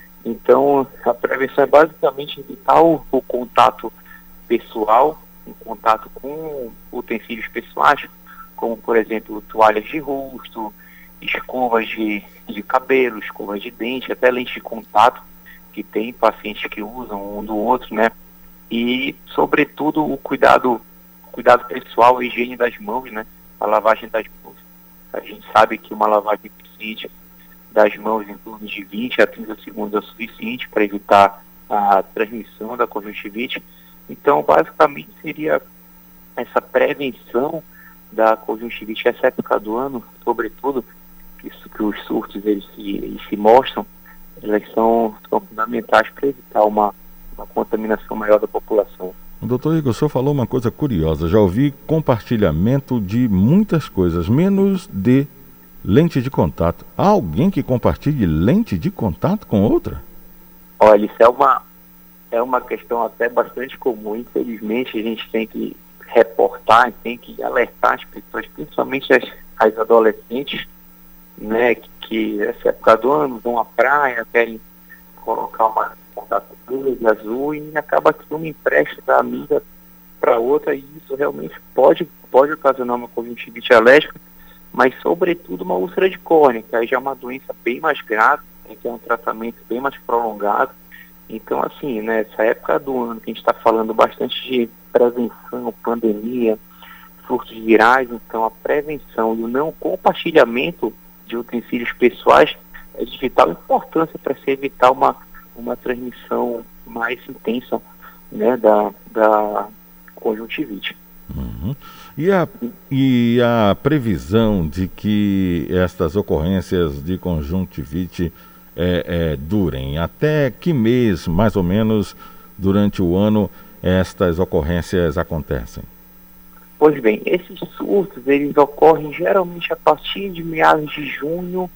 Então, a prevenção é basicamente evitar o, o contato pessoal, o contato com utensílios pessoais, como, por exemplo, toalhas de rosto, escovas de, de cabelo, escovas de dente, até lente de contato, que tem pacientes que usam um do outro, né? E, sobretudo, o cuidado, cuidado pessoal, a higiene das mãos, né? A lavagem das mãos. A gente sabe que uma lavagem eficiente das mãos em torno de vinte a trinta segundos é o suficiente para evitar a transmissão da conjuntivite. Então, basicamente, seria essa prevenção da conjuntivite essa época do ano, sobretudo, que, isso, que os surtos eles se, eles se mostram, elas são, são fundamentais para evitar uma, uma contaminação maior da população. Doutor Igor, o senhor falou uma coisa curiosa. Já ouvi compartilhamento de muitas coisas, menos de lente de contato. Há alguém que compartilhe lente de contato com outra? Olha, isso é uma, é uma questão até bastante comum. Infelizmente, a gente tem que reportar, tem que alertar as pessoas, principalmente as, as adolescentes, né, que, que essa época do ano vão à praia, querem colocar uma contato verde, azul, e acaba que uma empresta da amiga para outra, e isso realmente pode, pode ocasionar uma conjuntivite alérgica, mas sobretudo uma úlcera de córnea, que aí já é uma doença bem mais grave, tem que ter um tratamento bem mais prolongado. Então, assim, nessa época do ano que a gente está falando bastante de prevenção, pandemia, surtos virais, então a prevenção e o não compartilhamento de utensílios pessoais é de vital importância para se evitar uma, uma transmissão mais intensa, né, da, da conjuntivite. Uhum. E, a, e a previsão de que estas ocorrências de conjuntivite é, é, durem? Até que mês, mais ou menos, durante o ano, estas ocorrências acontecem? Pois bem, esses surtos, eles ocorrem geralmente a partir de meados de junho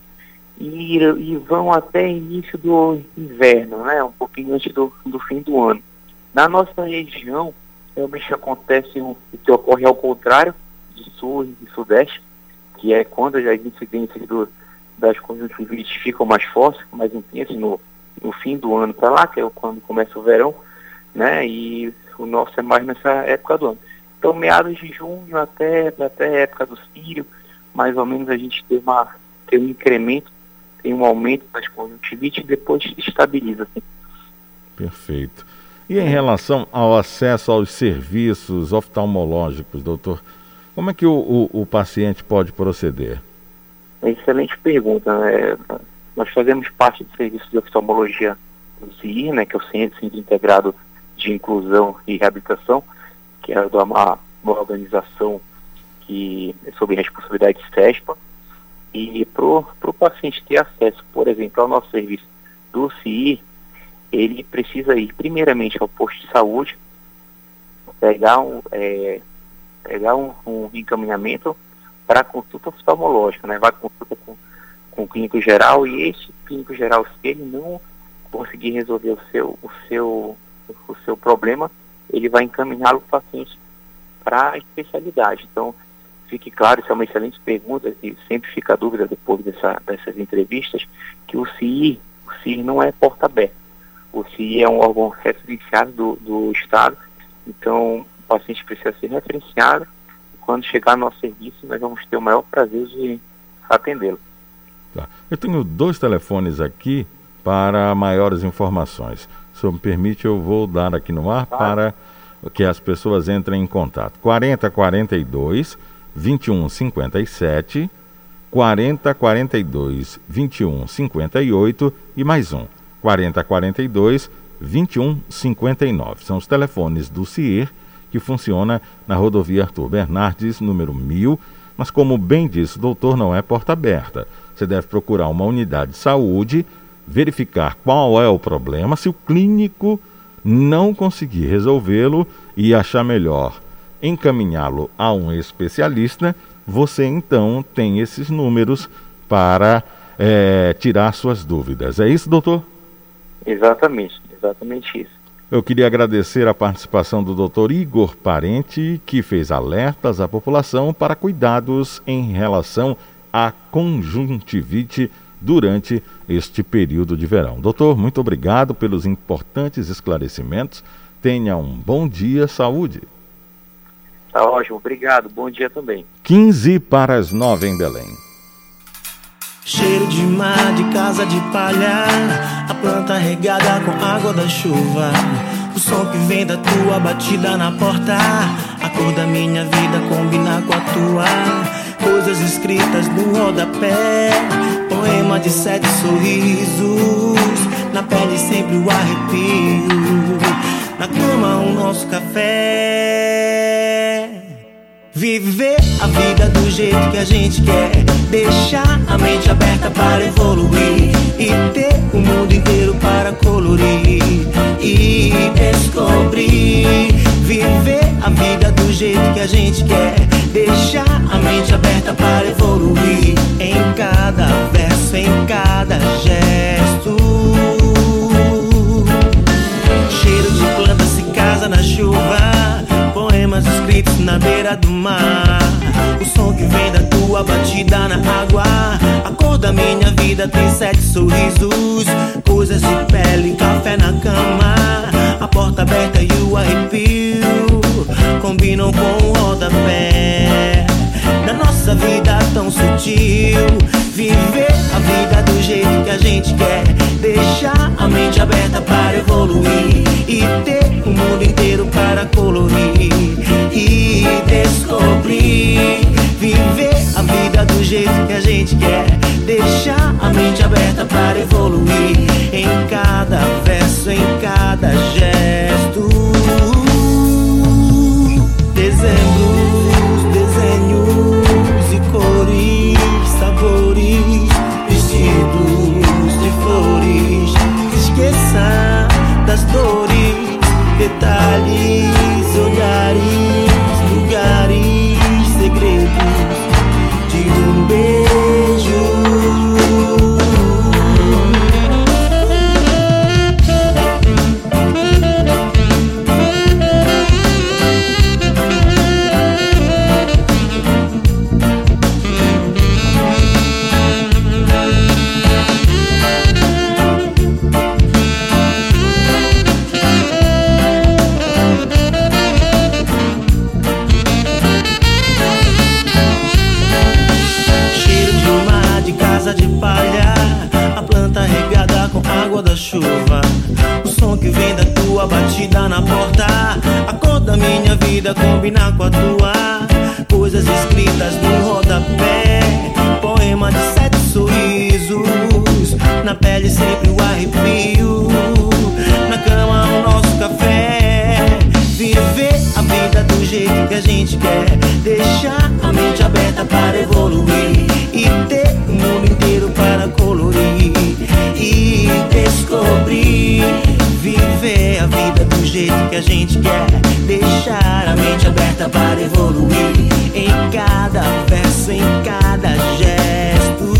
e, e vão até início do inverno, né? Um pouquinho antes do, do fim do ano. Na nossa região, realmente acontece o que ocorre ao contrário, de sul e de sudeste, que é quando as incidências do, das conjuntivites ficam mais fortes, mais intensas no, no fim do ano para lá, que é quando começa o verão, né? E o nosso é mais nessa época do ano. Então, meados de junho até, até a época do círio, mais ou menos a gente tem, uma, tem um incremento, tem um aumento das conjuntivites e depois estabiliza. Assim. Perfeito. E em relação ao acesso aos serviços oftalmológicos, doutor, como é que o, o, o paciente pode proceder? Excelente pergunta. Né? Nós fazemos parte do serviço de oftalmologia do C I R, né, que é o Centro Integrado de Inclusão e Reabilitação, que é uma, uma organização que é sob responsabilidade de CESPA, e para o paciente ter acesso, por exemplo, ao nosso serviço do C I R, ele precisa ir primeiramente ao posto de saúde, pegar um, é, pegar um, um encaminhamento para a consulta oftalmológica, né? Vai consulta com, com o clínico geral, e esse clínico geral, se ele não conseguir resolver o seu, o seu, o seu problema, ele vai encaminhá-lo para o paciente para a especialidade. Então, fique claro, isso é uma excelente pergunta, e sempre fica a dúvida depois dessa, dessas entrevistas, que o C I R, o C I R não é porta aberta. O C I R é um órgão referenciado do, do Estado, então o paciente precisa ser referenciado, e quando chegar no nosso serviço, nós vamos ter o maior prazer de atendê-lo. Tá. Eu tenho dois telefones aqui para maiores informações. Se o senhor me permite, eu vou dar aqui no ar para que as pessoas entrem em contato. quarenta, quarenta e dois, vinte e um, cinquenta e sete, quarenta, quarenta e dois, vinte e um, cinquenta e oito e mais um, quarenta, quarenta e dois, vinte e um, cinquenta e nove. São os telefones do C I R que funciona na rodovia Arthur Bernardes, número mil, mas como bem disse o doutor, não é porta aberta. Você deve procurar uma unidade de saúde, verificar qual é o problema. Se o clínico não conseguir resolvê-lo e achar melhor encaminhá-lo a um especialista, você então tem esses números para é, tirar suas dúvidas. É isso, doutor? Exatamente, exatamente isso. Eu queria agradecer a participação do doutor Igor Parente, que fez alertas à população para cuidados em relação à conjuntivite durante este período de verão. Doutor, muito obrigado pelos importantes esclarecimentos. Tenha um bom dia, saúde. Tá ótimo, obrigado. Bom dia também. quinze para as nove em Belém. Cheiro de mar, de casa de palha, a planta regada com água da chuva, o som que vem da tua batida na porta, a cor da minha vida combina com a tua, coisas escritas no rodapé, poema de sete sorrisos, na pele sempre o arrepio, na cama o nosso café. Viver a vida do jeito que a gente quer, deixar a mente aberta para evoluir e ter o mundo inteiro para colorir e descobrir. Viver a vida do jeito que a gente quer, deixar a mente aberta para evoluir em cada verso, em cada gesto. Cheiro de planta se casa na chuva, poemas escritos na beira do mar, o som que vem da tua batida na água, a cor da minha vida tem sete sorrisos, coisas de pele, café na cama, a porta aberta e o arrepio combinam com o rodapé da nossa vida tão sutil. Viver a vida do jeito que a gente quer, deixar a mente aberta para evoluir e ter o mundo inteiro para colorir e descobrir. Viver a vida do jeito que a gente quer, deixar a mente aberta para evoluir em cada verso, em cada gesto. Dezembros, desenhos e cores, sabores, vestidos de flores. Esqueça das dores, detalhes, olhares, lugares, segredos de um beijo. De palha, a planta regada com água da chuva, o som que vem da tua batida na porta, a cor da minha vida combina com a tua, coisas escritas no rodapé, poema de sete sorrisos, na pele sempre o arrepio, na cama o nosso café. Viver a vida do jeito que a gente quer, deixar a mente aberta para evoluir e ter o mundo inteiro para colorir e descobrir. Viver a vida do jeito que a gente quer, deixar a mente aberta para evoluir em cada verso, em cada gesto.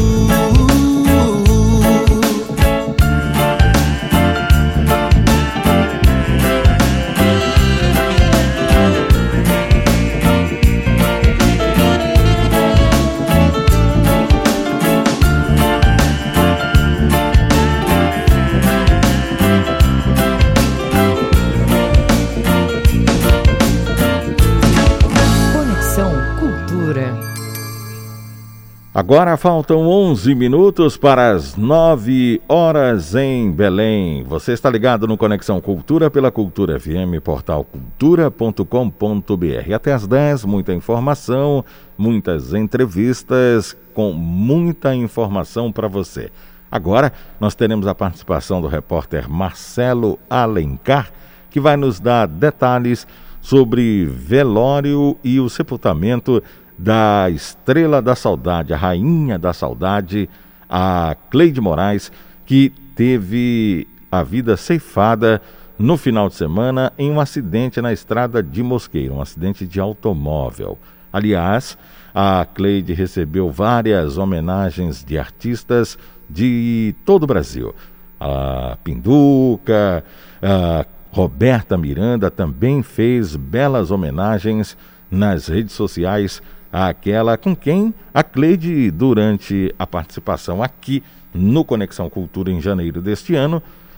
Agora faltam onze minutos para as nove horas em Belém. Você está ligado no Conexão Cultura pela Cultura F M, portal cultura ponto com ponto b r. Até às dez, muita informação, muitas entrevistas com muita informação para você. Agora nós teremos a participação do repórter Marcelo Alencar, que vai nos dar detalhes sobre velório e o sepultamento da Estrela da Saudade, a Rainha da Saudade, a Cleide Moraes, que teve a vida ceifada no final de semana em um acidente na estrada de Mosqueiro, um acidente de automóvel. Aliás, a Cleide recebeu várias homenagens de artistas de todo o Brasil. A Pinduca, a Roberta Miranda também fez belas homenagens nas redes sociais àquela com quem a Cleide, durante a participação aqui no Conexão Cultura em janeiro deste ano,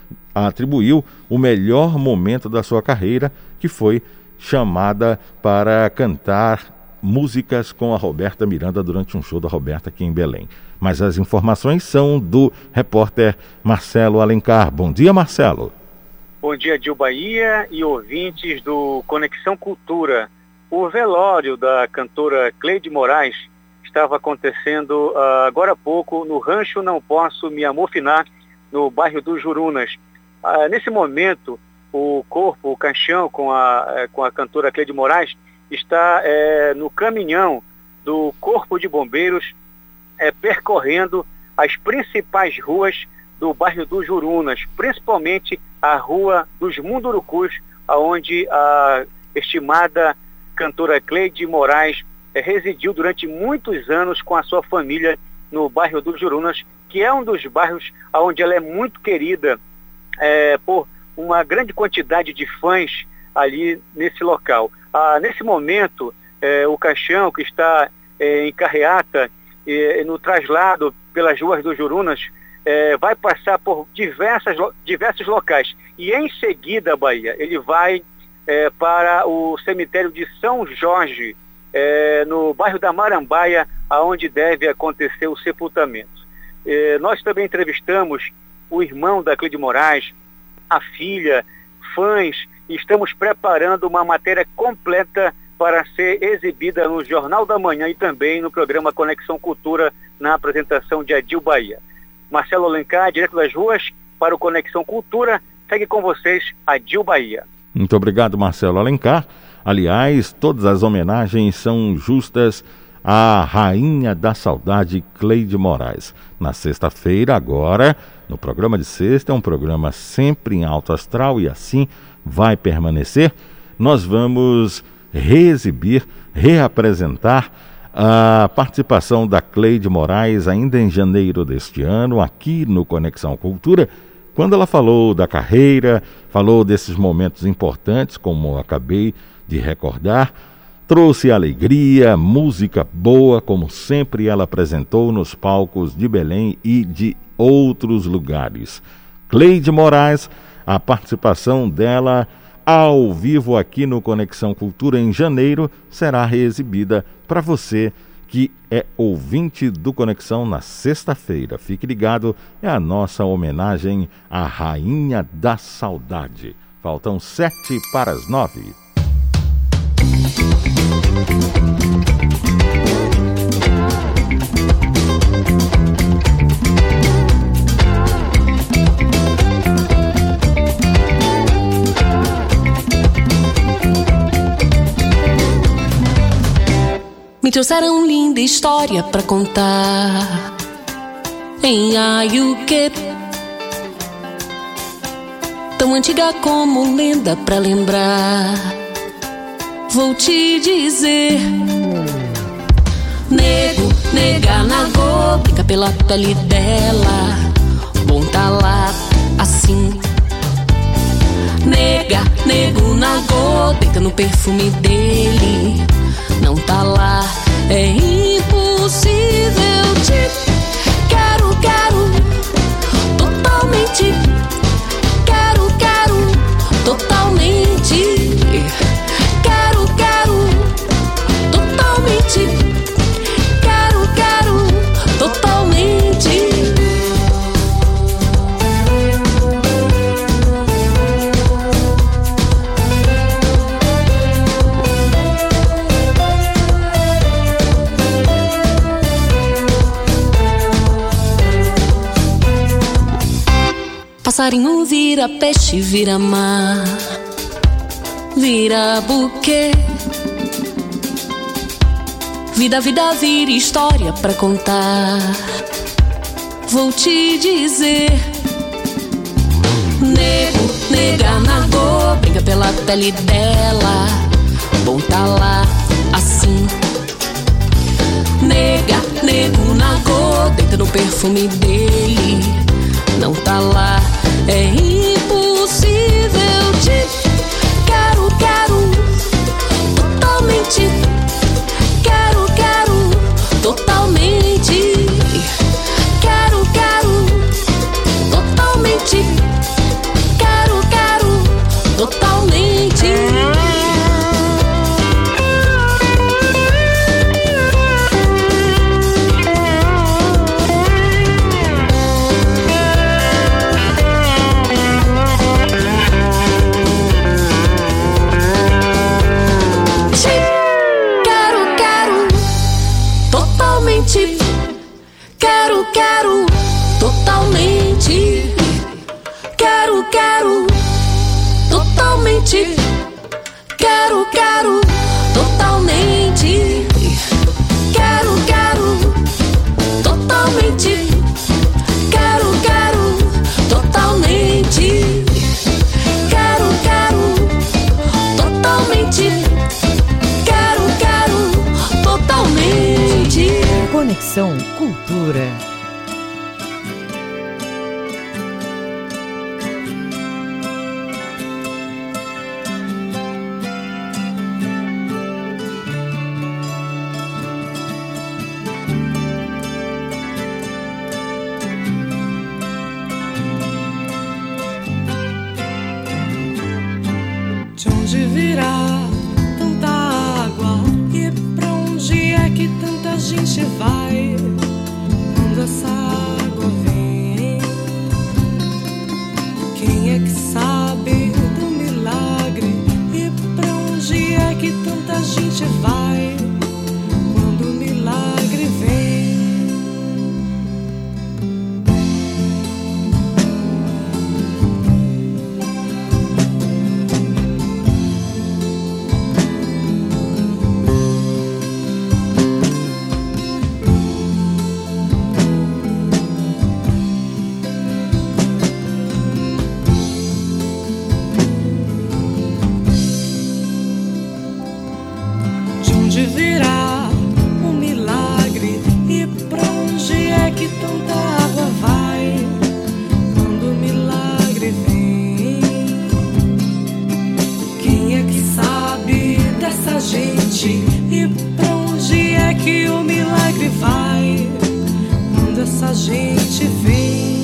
atribuiu o melhor momento da sua carreira, que foi chamada para cantar músicas com a Roberta Miranda durante um show da Roberta aqui em Belém. Mas as informações são do repórter Marcelo Alencar. Bom dia, Marcelo. Bom dia, Dil Bahia e ouvintes do Conexão Cultura. O velório da cantora Cleide Moraes estava acontecendo uh, agora há pouco no Rancho Não Posso Me Amofinar, no bairro dos Jurunas. Uh, nesse momento, o corpo, o caixão com a, com a cantora Cleide Moraes está é, no caminhão do Corpo de Bombeiros, é, percorrendo as principais ruas do bairro dos Jurunas, principalmente a Rua dos Mundurucus, onde a estimada cantora Cleide Moraes é, residiu durante muitos anos com a sua família no bairro dos Jurunas, que é um dos bairros onde ela é muito querida é, por uma grande quantidade de fãs ali nesse local. Ah, nesse momento, eh, o caixão que está eh, em carreata, eh, no traslado pelas ruas dos Jurunas, eh, vai passar por diversas, diversos locais. E em seguida, Bahia, ele vai eh, para o cemitério de São Jorge, eh, no bairro da Marambaia, aonde deve acontecer o sepultamento. Eh, nós também entrevistamos o irmão da Cleide Moraes, a filha, fãs, e estamos preparando uma matéria completa para ser exibida no Jornal da Manhã e também no programa Conexão Cultura, na apresentação de Adil Bahia. Marcelo Alencar, direto das ruas, para o Conexão Cultura. Segue com vocês, Adil Bahia. Muito obrigado, Marcelo Alencar. Aliás, todas as homenagens são justas à Rainha da Saudade, Cleide Moraes. Na sexta-feira, agora, no programa de sexta, é um programa sempre em alto astral e assim vai permanecer. Nós vamos reexibir, reapresentar a participação da Cleide Moraes ainda em janeiro deste ano, aqui no Conexão Cultura, quando ela falou da carreira, falou desses momentos importantes, como acabei de recordar, trouxe alegria, música boa, como sempre ela apresentou nos palcos de Belém e de outros lugares. Cleide Moraes, a participação dela ao vivo aqui no Conexão Cultura em janeiro será reexibida para você que é ouvinte do Conexão na sexta-feira. Fique ligado, é a nossa homenagem à Rainha da Saudade. Faltam sete para as nove. Me trouxeram linda história pra contar em Ayuquê, tão antiga como lenda pra lembrar. Vou te dizer: nego, nega, nagô, brinca pela pele dela, bom tá lá assim. Nega, nego, nagô, deita no perfume dele, não tá lá, é impossível. Te quero, quero, totalmente. Quero, quero, totalmente. Quero, quero, totalmente. Quero, quero, totalmente. Passarinho vira peixe, vira mar, vira buquê. Vida, vida, vira história pra contar. Vou te dizer: nego, nega, nagô, brinca pela pele dela, bom tá lá assim. Nega, nego, nagô, deita no perfume dele, não tá lá, é impossível. Te Conexão Cultura. De onde virá tanta água e pra onde é que tanta gente vai quando essa água vem? Quem é que sabe do milagre e pra onde é que tanta gente vai quando o milagre vem? Virá o milagre e pra onde é que tanta água vai quando o milagre vem? Quem é que sabe dessa gente e pra onde é que o milagre vai quando essa gente vem?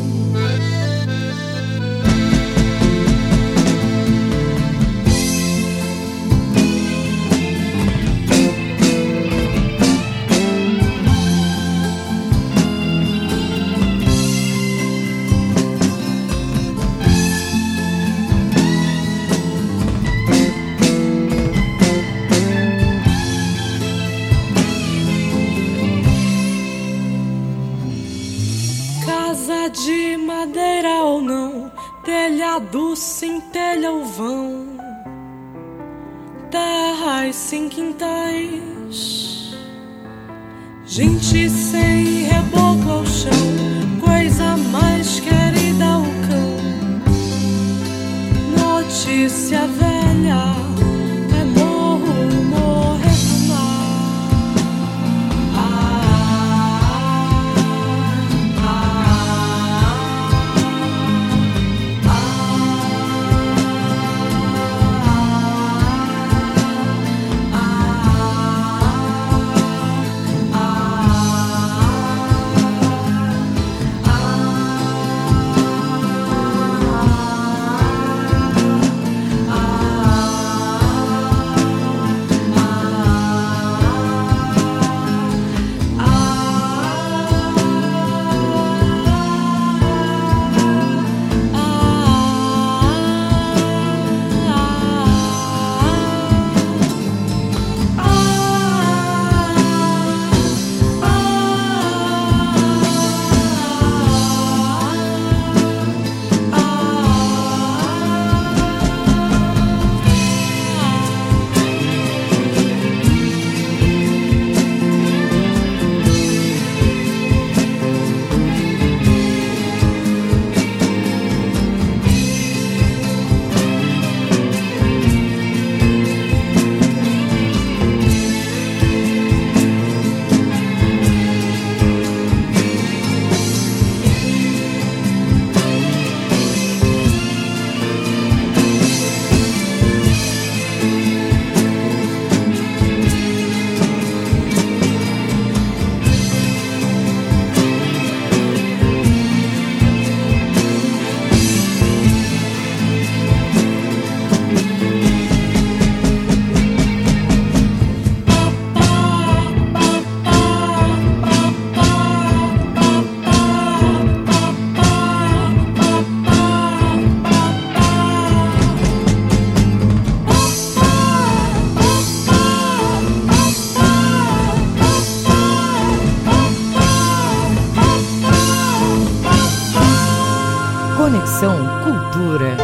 Casa de madeira ou não, telhado sem telha ou vão, terras sem quintais, gente sem reboco ao chão, coisa mais querida ao cão. Notícia velha é morro, morrer do mar. Conexão Cultura.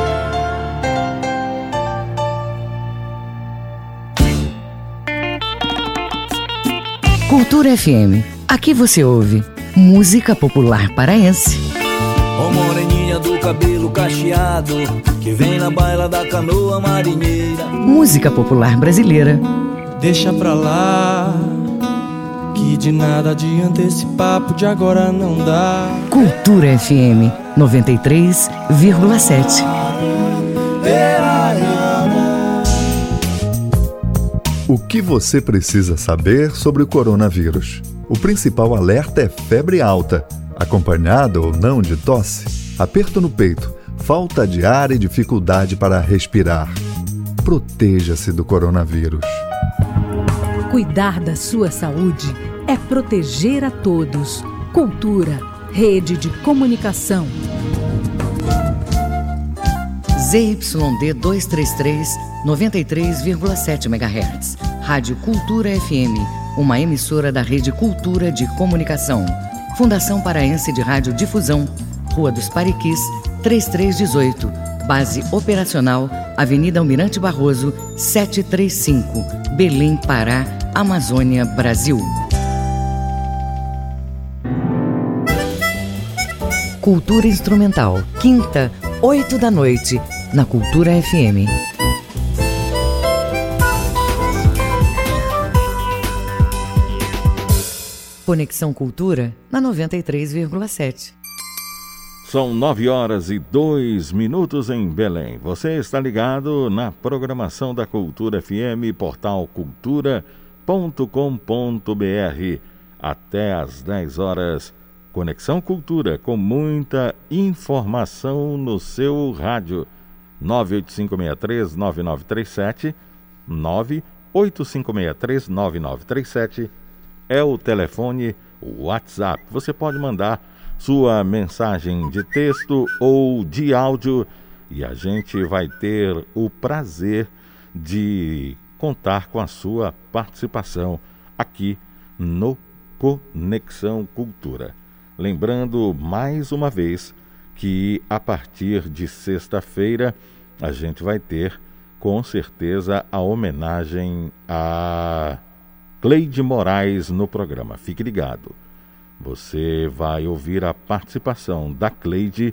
Cultura F M. Aqui você ouve música popular paraense. Ó moreninha do cabelo cacheado, que vem na baila da canoa marinheira. Música popular brasileira. Deixa pra lá, que E de nada adianta esse papo de agora não dá. Cultura F M noventa e três vírgula sete. O que você precisa saber sobre o coronavírus? O principal alerta é febre alta, acompanhado ou não de tosse, aperto no peito, falta de ar e dificuldade para respirar. Proteja-se do coronavírus. Cuidar da sua saúde é proteger a todos. Cultura, rede de comunicação. Z Y D duzentos e trinta e três, noventa e três vírgula sete megahertz. Rádio Cultura F M, uma emissora da Rede Cultura de Comunicação. Fundação Paraense de Rádio Difusão, Rua dos Pariquis, trinta e três dezoito. Base operacional, Avenida Almirante Barroso, setecentos e trinta e cinco, Belém, Pará, Amazônia, Brasil. Cultura Instrumental, quinta, oito da noite, na Cultura F M. Conexão Cultura, na noventa e três vírgula sete. São nove horas e dois minutos em Belém. Você está ligado na programação da Cultura F M, portal cultura ponto com ponto b r. Até às dez horas, Conexão Cultura, com muita informação no seu rádio. nove oito cinco seis três, nove nove três sete, nove oito cinco seis três, nove nove três sete é o telefone, o WhatsApp. Você pode mandar sua mensagem de texto ou de áudio e a gente vai ter o prazer de contar com a sua participação aqui no Conexão Cultura. Lembrando mais uma vez que a partir de sexta-feira a gente vai ter com certeza a homenagem a Cleide Moraes no programa. Fique ligado. Você vai ouvir a participação da Cleide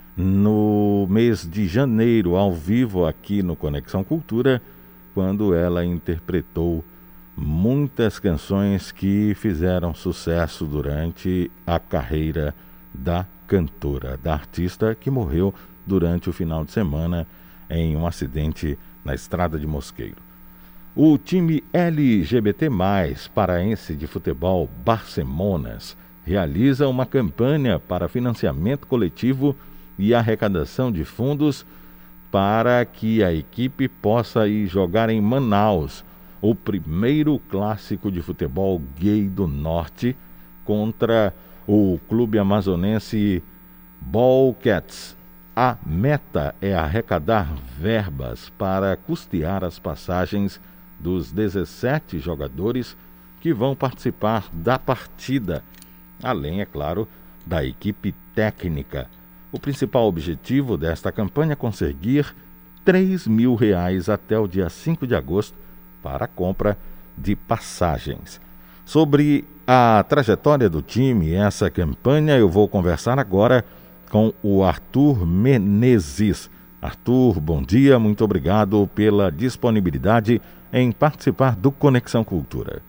no mês de janeiro, ao vivo aqui no Conexão Cultura, quando ela interpretou muitas canções que fizeram sucesso durante a carreira da cantora, da artista que morreu durante o final de semana em um acidente na estrada de Mosqueiro. O time L G B T mais, paraense de futebol Barcemonas, realiza uma campanha para financiamento coletivo e arrecadação de fundos para que a equipe possa ir jogar em Manaus o primeiro clássico de futebol gay do Norte contra o clube amazonense Ballcats. A meta é arrecadar verbas para custear as passagens dos dezessete jogadores que vão participar da partida, além, é claro, da equipe técnica. O principal objetivo desta campanha é conseguir três mil reais até o dia cinco de agosto para a compra de passagens. Sobre a trajetória do time e essa campanha, eu vou conversar agora com o Arthur Menezes. Arthur, bom dia, muito obrigado pela disponibilidade em participar do Conexão Cultura.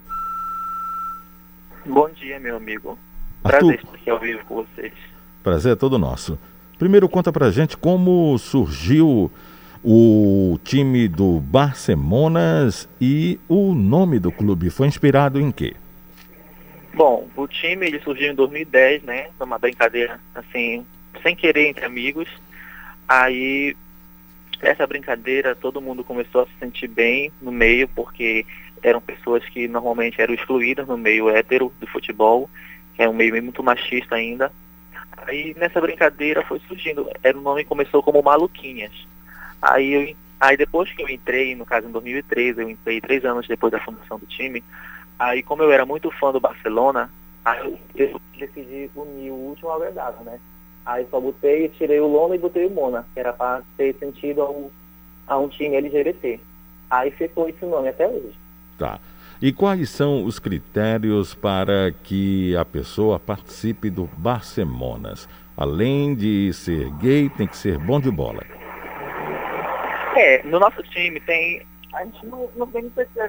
Bom dia, meu amigo. Arthur, prazer estar aqui ao vivo com vocês. Prazer é todo nosso. Primeiro, conta pra gente como surgiu o time do Barcemonas e o nome do clube. Foi inspirado em quê? Bom, o time ele surgiu em dois mil e dez, né? Foi uma brincadeira, assim, sem querer, entre amigos. Aí, essa brincadeira, todo mundo começou a se sentir bem no meio, porque eram pessoas que normalmente eram excluídas no meio hétero do futebol, que é um meio muito machista ainda. Aí, nessa brincadeira foi surgindo, era o nome começou como Maluquinhas. Aí, eu, aí depois que eu entrei, no caso em dois mil e treze, eu entrei três anos depois da fundação do time, aí como eu era muito fã do Barcelona, aí eu decidi unir o último ao agradável, né? Aí só botei, tirei o Lona e botei o Mona, que era para ter sentido ao, a um time L G B T. Aí ficou esse nome até hoje. Tá. E quais são os critérios para que a pessoa participe do Barcemonas? Além de ser gay, tem que ser bom de bola. É, no nosso time tem... A gente não, não tem muita...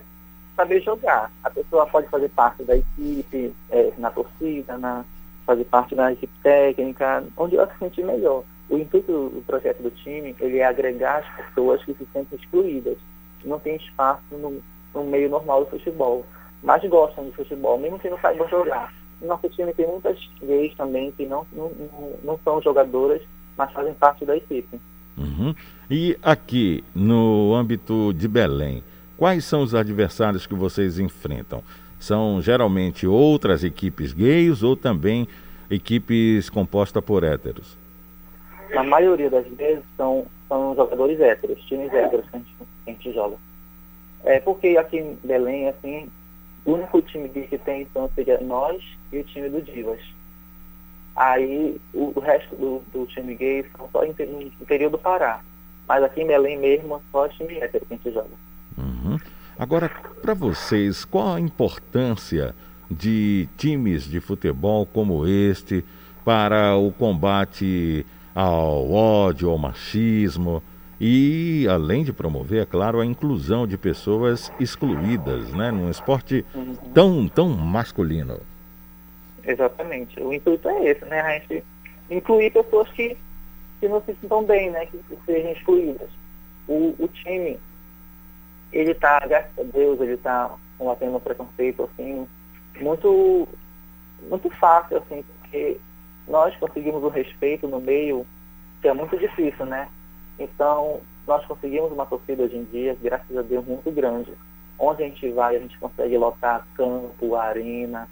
saber jogar. A pessoa pode fazer parte da equipe, é, na torcida, na, fazer parte da equipe técnica, onde ela se sentir melhor. O intuito do projeto do time, ele é agregar as pessoas que se sentem excluídas, que não tem espaço no, no meio normal do futebol, mas gostam de futebol, mesmo que não saibam jogar. Nosso time tem muitas gays também que não, não, não são jogadoras, mas fazem parte da equipe. Uhum. E aqui, no âmbito de Belém, quais são os adversários que vocês enfrentam? São geralmente outras equipes gays ou também equipes compostas por héteros? Na maioria das vezes são, são jogadores héteros, times héteros que a gente, que a gente joga. É porque aqui em Belém, assim, o único time gay que tem então seria nós e o time do Divas. Aí o, o resto do, do time gay são só no interior do Pará. Mas aqui em Belém mesmo, só time hétero que a gente joga. Uhum. Agora, para vocês, qual a importância de times de futebol como este para o combate ao ódio, ao machismo e, além de promover, é claro, a inclusão de pessoas excluídas, né, num esporte uhum. tão, tão masculino? Exatamente. O intuito é esse, né? A gente incluir pessoas que, que não se sintam bem, né? Que, que sejam excluídas. O, o time, ele está, graças a Deus, ele está combatendo o preconceito, assim, muito, muito fácil, assim, porque nós conseguimos o respeito no meio, que é muito difícil, né? Então, nós conseguimos uma torcida hoje em dia, graças a Deus, muito grande. Onde a gente vai, a gente consegue lotar campo, arena.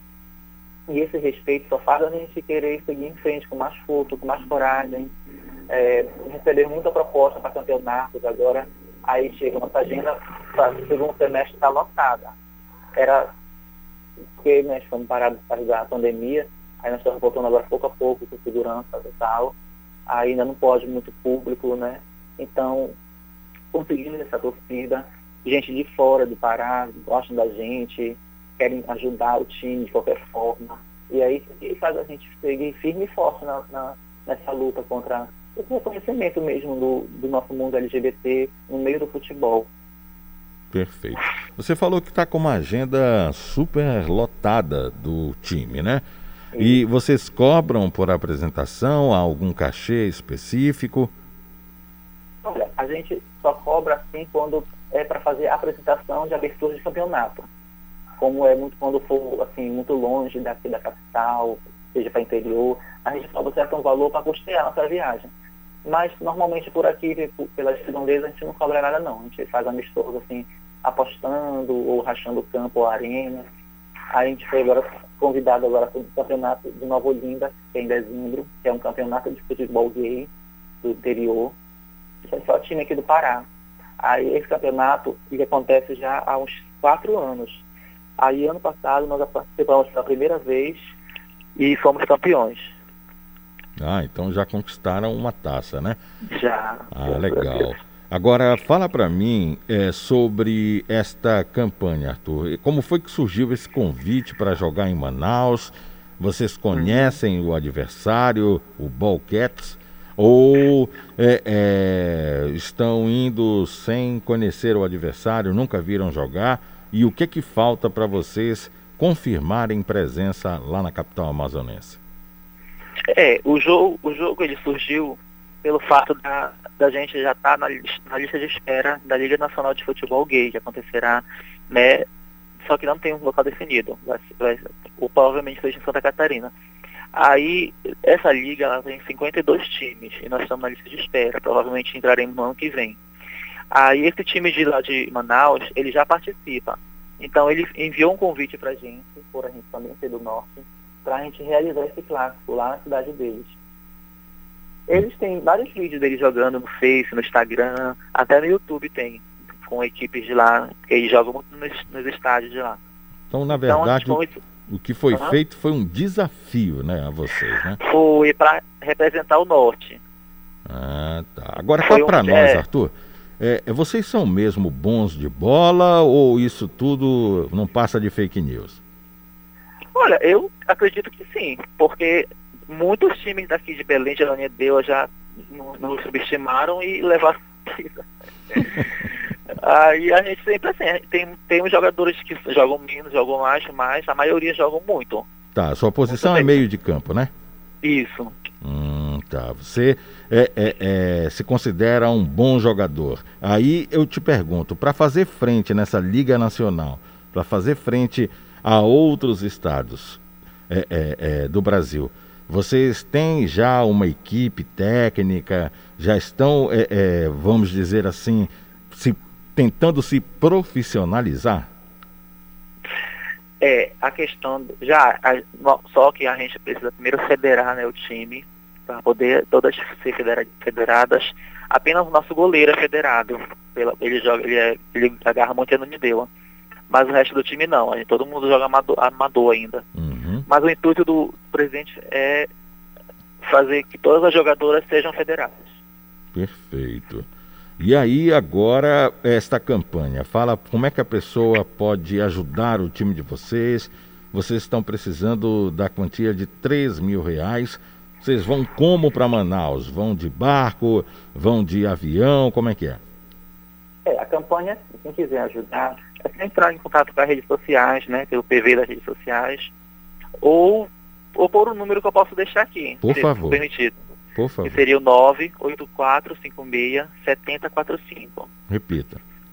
E esse respeito só faz a gente querer seguir em frente com mais força, com mais coragem, é, receber muita proposta para campeonatos. Agora, aí chega a nossa agenda para o segundo semestre está lotada. Era porque nós fomos parados por causa da pandemia, aí nós estamos voltando agora pouco a pouco com segurança e tal. Aí ainda não pode muito público, né? Então, conseguimos essa torcida, gente de fora do Pará, gostam da gente, querem ajudar o time de qualquer forma. E aí isso faz a gente seguir firme e forte na, na, nessa luta contra o reconhecimento mesmo do, do nosso mundo L G B T no meio do futebol. Perfeito. Você falou que está com uma agenda super lotada do time, né? Sim. E vocês cobram por apresentação, algum cachê específico? Olha, a gente só cobra assim quando é para fazer a apresentação de abertura de campeonato. Como é muito quando for assim, muito longe daqui da capital, seja para interior, a gente cobra certo um valor para custear a nossa viagem. Mas normalmente por aqui, pela redondeza, a gente não cobra nada não. A gente faz amistoso assim, apostando ou rachando o campo ou a arena. A gente foi agora convidado agora para o campeonato de Nova Olinda, que é em dezembro, que é um campeonato de futebol gay do interior. Isso é só o time aqui do Pará. Aí esse campeonato ele acontece já há uns quatro anos. Aí ano passado nós participamos pela primeira vez e fomos campeões. Ah, então já conquistaram uma taça, né? Já. Ah, legal. Agora, fala para mim é, sobre esta campanha, Arthur. Como foi que surgiu esse convite para jogar em Manaus? Vocês conhecem hum. o adversário, o Ballcats? Ou é, é, estão indo sem conhecer o adversário, nunca viram jogar? E o que que falta para vocês confirmarem presença lá na capital amazonense? É, o jogo, o jogo ele surgiu pelo fato da, da gente já estar tá na, na lista de espera da Liga Nacional de Futebol Gay, que acontecerá, né? Só que não tem um local definido, vai, vai, ou provavelmente seja em Santa Catarina. Aí, essa liga ela tem cinquenta e dois times, e nós estamos na lista de espera, provavelmente entraremos no ano que vem. Aí esse time de lá de Manaus, ele já participa. Então ele enviou um convite pra gente, por a gente também ser do norte, pra gente realizar esse clássico lá na cidade deles. Eles têm vários vídeos deles jogando no Face, no Instagram, até no YouTube tem, com equipes de lá, que eles jogam muito nos, nos estádios de lá. Então, na verdade, então, foi... o que foi uhum. feito foi um desafio, né, a vocês, né? Foi para representar o norte. Ah, tá. Agora, fala pra um... nós, é... Arthur. É, vocês são mesmo bons de bola ou isso tudo não passa de fake news? Olha, eu acredito que sim, porque muitos times daqui de Belém, de Ananindeua, já nos subestimaram e levaram Aí a gente sempre assim, tem, tem uns jogadores que jogam menos, jogam mais, mas a maioria jogam muito. Tá, sua posição é meio de campo, né? Isso. Hum, tá. Você é, é, é, se considera um bom jogador. Aí eu te pergunto, para fazer frente nessa Liga Nacional, para fazer frente a outros estados é, é, é, do Brasil, vocês têm já uma equipe técnica, já estão, é, é, vamos dizer assim, se, tentando se profissionalizar? É, a questão, já, a, só que a gente precisa primeiro federar, né, o time, para poder todas ser federa, federadas. Apenas o nosso goleiro é federado, pela, ele, joga, ele, é, ele agarra muito no Nideua, mas o resto do time não, a gente, todo mundo joga amador, amador ainda. Uhum. Mas o intuito do presidente é fazer que todas as jogadoras sejam federadas. Perfeito. E aí agora esta campanha, fala como é que a pessoa pode ajudar o time de vocês. Vocês estão precisando da quantia de três mil reais. Vocês vão como para Manaus? Vão de barco? Vão de avião? Como é que é? É, a campanha, quem quiser ajudar, é só entrar em contato com as redes sociais, né, pelo P V das redes sociais, ou, ou por um número que eu posso deixar aqui. Por se favor. Permitido. Por favor. Que seria o nove oito quatro cinco seis sete zero quatro cinco. Repita.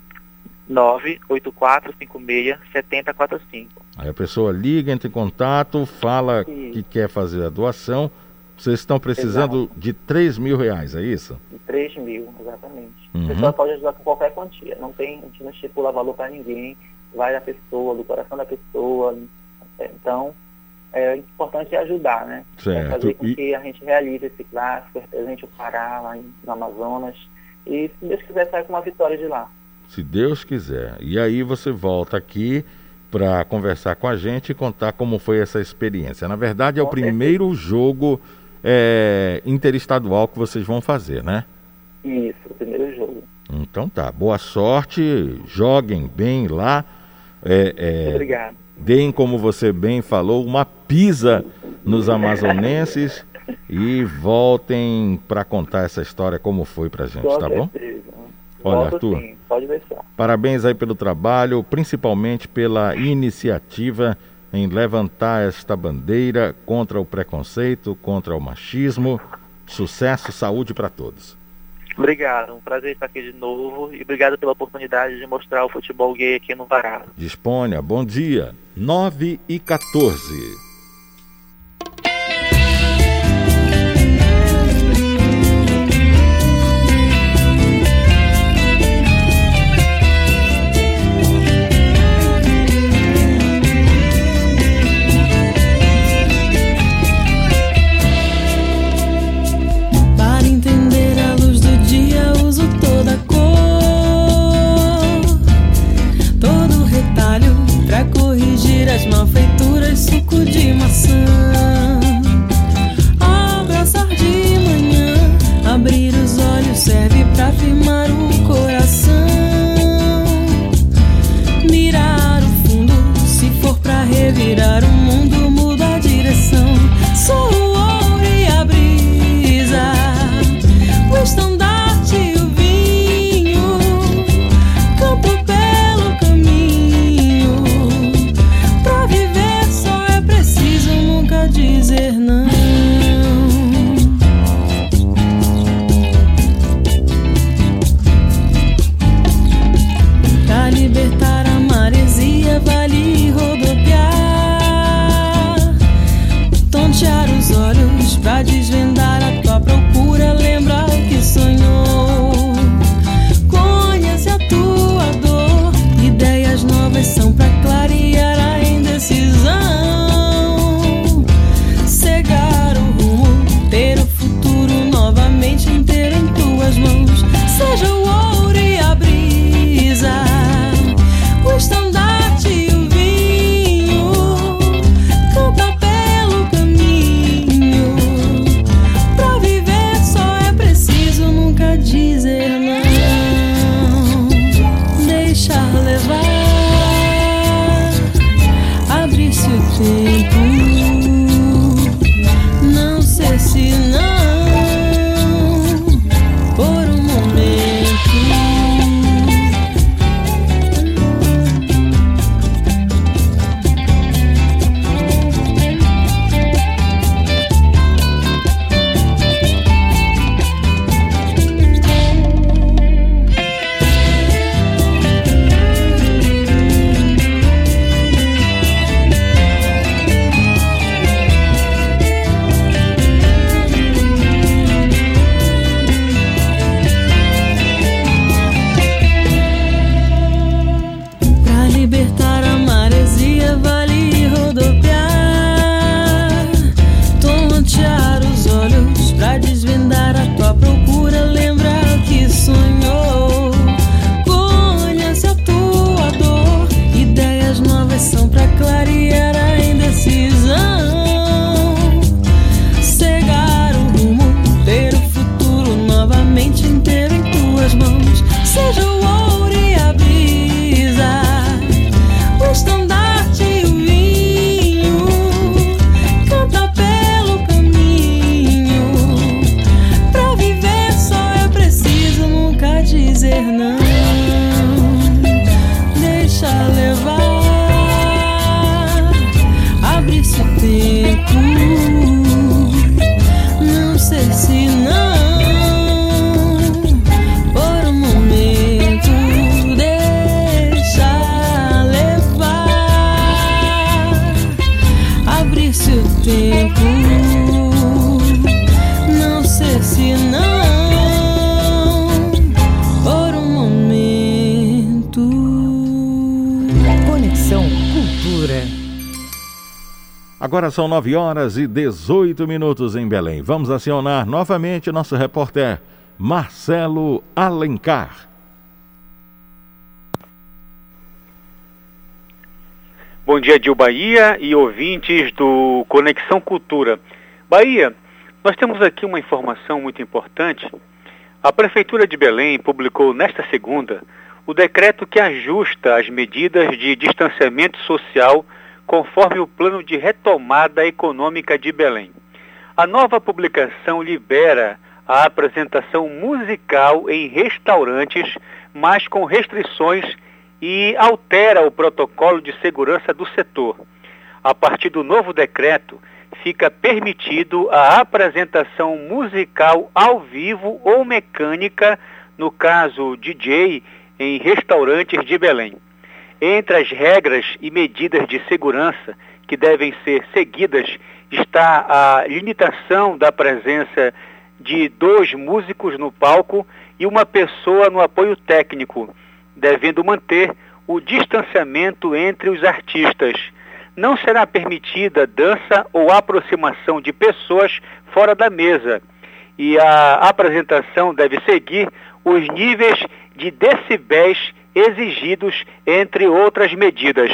nove oito quatro cinco seis sete zero quatro cinco. Aí a pessoa liga, entra em contato, fala isso, que quer fazer a doação. Vocês estão precisando Exato. de três mil reais, é isso? De três mil, exatamente. Uhum. A pessoa pode ajudar com qualquer quantia. Não tem, a gente não estipula valor para ninguém. Vai da pessoa, do coração da pessoa. Então, é importante ajudar, né? Certo. É fazer com que a gente realize esse clássico, represente o Pará lá no Amazonas. E se Deus quiser, sair com uma vitória de lá. Se Deus quiser. E aí você volta aqui para conversar com a gente e contar como foi essa experiência. Na verdade, é o primeiro jogo é, interestadual que vocês vão fazer, né? Isso, o primeiro jogo. Então tá, boa sorte, joguem bem lá. É, é, Obrigado. Deem, como você bem falou, uma pisa nos amazonenses e voltem para contar essa história como foi pra gente, Com tá certeza. bom? Olha, Volto, Arthur, sim. Pode deixar. Parabéns aí pelo trabalho, principalmente pela iniciativa em levantar esta bandeira contra o preconceito, contra o machismo. Sucesso, saúde para todos. Obrigado, um prazer estar aqui de novo e obrigado pela oportunidade de mostrar o futebol gay aqui no Pará. Disponha, bom dia, nove e quatorze. As malfeituras, suco de não. Deixa levar, abre-se o tempo. Não sei se não. Por um momento, deixa levar, abre-se o tempo. Não sei se não. Agora são nove horas e dezoito minutos em Belém. Vamos acionar novamente nosso repórter Marcelo Alencar. Bom dia, Dil Bahia e ouvintes do Conexão Cultura. Bahia, nós temos aqui uma informação muito importante. A Prefeitura de Belém publicou nesta segunda o decreto que ajusta as medidas de distanciamento social conforme o plano de retomada econômica de Belém. A nova publicação libera a apresentação musical em restaurantes, mas com restrições, e altera o protocolo de segurança do setor. A partir do novo decreto, fica permitido a apresentação musical ao vivo ou mecânica, no caso D J, em restaurantes de Belém. Entre as regras e medidas de segurança que devem ser seguidas está a limitação da presença de dois músicos no palco e uma pessoa no apoio técnico, devendo manter o distanciamento entre os artistas. Não será permitida dança ou aproximação de pessoas fora da mesa, e a apresentação deve seguir os níveis de decibéis exigidos, entre outras medidas.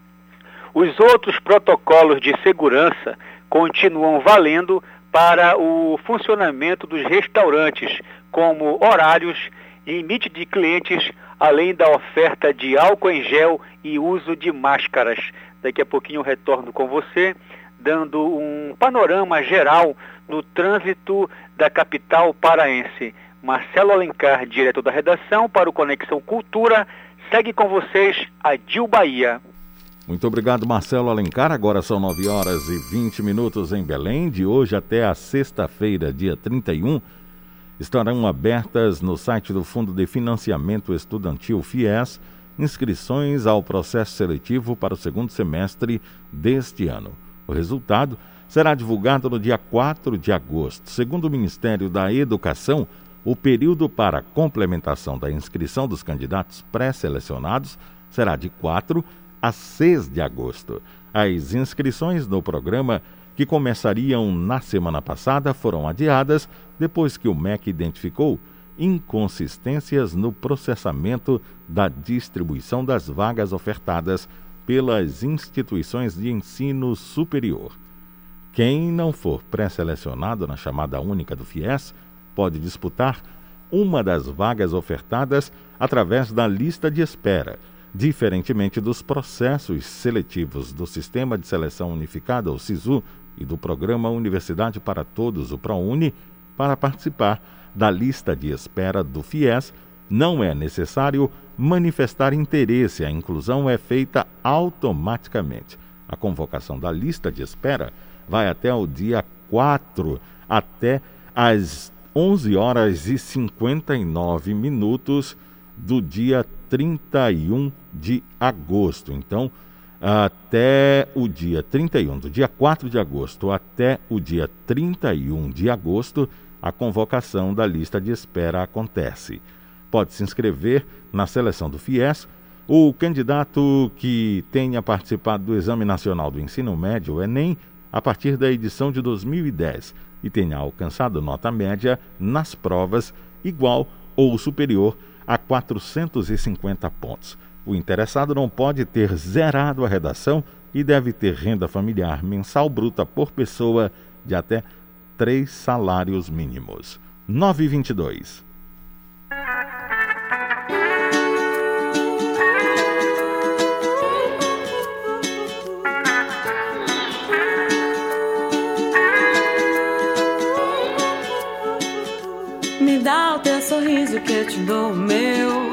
Os outros protocolos de segurança continuam valendo para o funcionamento dos restaurantes, como horários, limite de clientes, além da oferta de álcool em gel e uso de máscaras. Daqui a pouquinho eu retorno com você, dando um panorama geral no trânsito da capital paraense. Marcelo Alencar, diretor da redação para o Conexão Cultura, segue com vocês a Dil Bahia. Muito obrigado, Marcelo Alencar. Agora são nove horas e vinte minutos em Belém. De hoje até a sexta-feira, dia trinta e um, estarão abertas no site do Fundo de Financiamento Estudantil FIES inscrições ao processo seletivo para o segundo semestre deste ano. O resultado será divulgado no dia quatro de agosto. Segundo o Ministério da Educação, o período para complementação da inscrição dos candidatos pré-selecionados será de quatro a seis de agosto. As inscrições no programa, que começariam na semana passada, foram adiadas depois que o M E C identificou inconsistências no processamento da distribuição das vagas ofertadas pelas instituições de ensino superior. Quem não for pré-selecionado na chamada única do FIES pode disputar uma das vagas ofertadas através da lista de espera, diferentemente dos processos seletivos do Sistema de Seleção Unificada, o SISU, e do Programa Universidade para Todos, o ProUni. Para participar da lista de espera do FIES, não é necessário manifestar interesse, a inclusão é feita automaticamente. A convocação da lista de espera vai até o dia quatro, até às onze horas e cinquenta e nove minutos do dia trinta e um de agosto. Então, até o dia trinta e um, do dia quatro de agosto até o dia trinta e um de agosto, a convocação da lista de espera acontece. Pode se inscrever na seleção do FIES o candidato que tenha participado do Exame Nacional do Ensino Médio, o Enem, a partir da edição de dois mil e dez e tenha alcançado nota média nas provas igual ou superior a quatrocentos e cinquenta pontos. O interessado não pode ter zerado a redação e deve ter renda familiar mensal bruta por pessoa de até três salários mínimos. nove e vinte e dois. Me dá o teu sorriso que eu te dou o meu.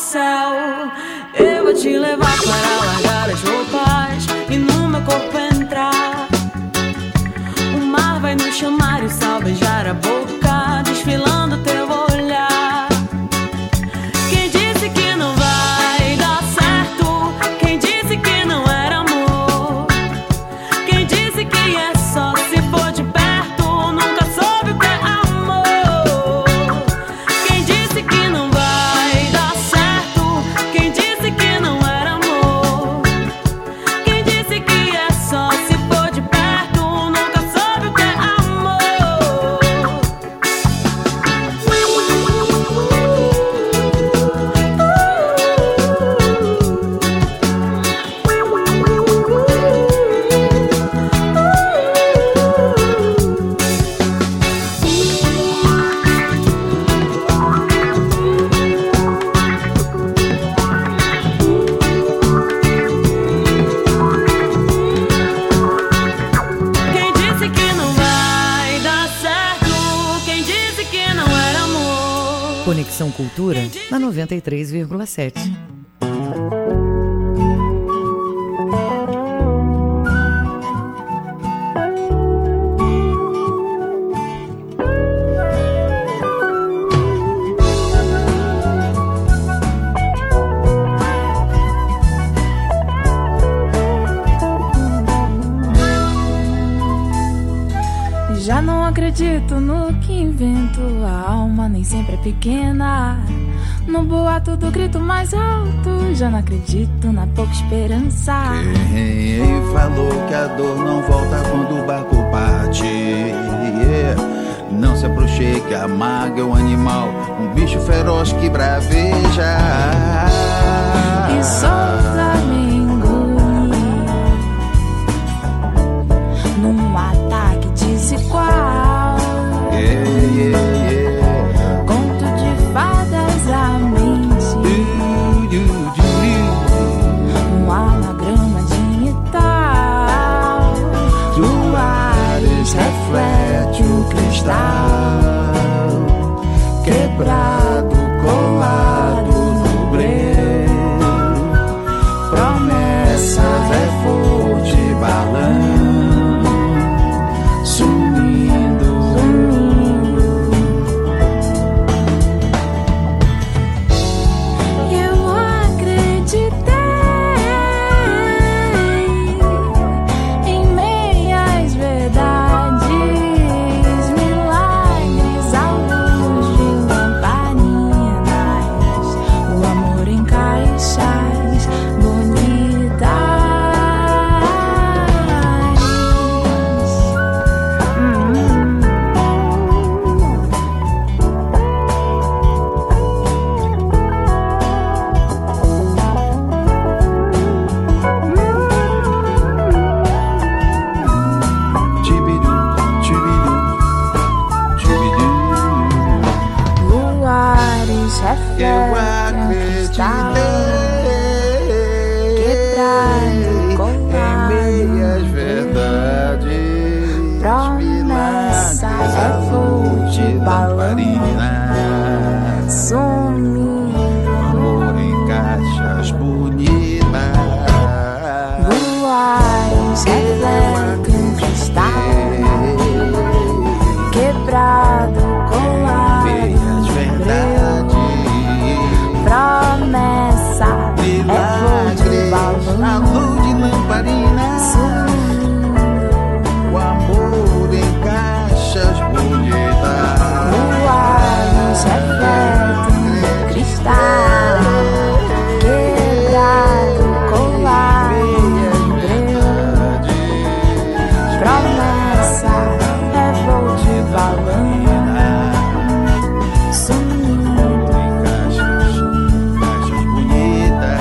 céu. Eu vou te levar para largar as roupas e no meu corpo entrar. O mar vai nos chamar e o sal beijar a boca, desfilando teu olhar. Quem disse que não vai dar certo? Quem disse que não era amor? Quem disse que é só se for de perto? Nunca soube o que é amor. Quem disse que não vai dar certo? Quem disse que não era amor? Quem disse que é só se for de perto? Nunca soube o que é amor. Quem disse que não vai dar certo? Quem disse que não era amor? Conexão Cultura na noventa e três vírgula sete. Já não acredito no que invento. A alma nem sempre é pequena. No boato do grito mais alto, já não acredito na pouca esperança. Quem falou que a dor não volta quando o barco parte? Yeah. Não se aproxime, a maga é um animal, um bicho feroz que braveja E solta me engolir num ataque desigual. Yeah, yeah, yeah. Conto de fadas a mente, um anagrama de metal. Luares reflete o cristal, quebrado, colado no breu. Promessas é fogo de balão, sumindo, sumindo. Eu acreditei em meias verdades, milagres à luz de lamparinas, o amor em caixas bonitas. Luares refletem o cristal, quebrado, colado em meias verdades, promessa é fogo de balão, sumindo, amor em caixas bonitas. luares refletem o cristal, quebrado, colado, promessa é fogo de balão, luz de lamparina, o amor em caixas bonitas. luares refletem o cristal, quebrado, colado, promessa é fogo de balão, sumindo, Caixas bonitas,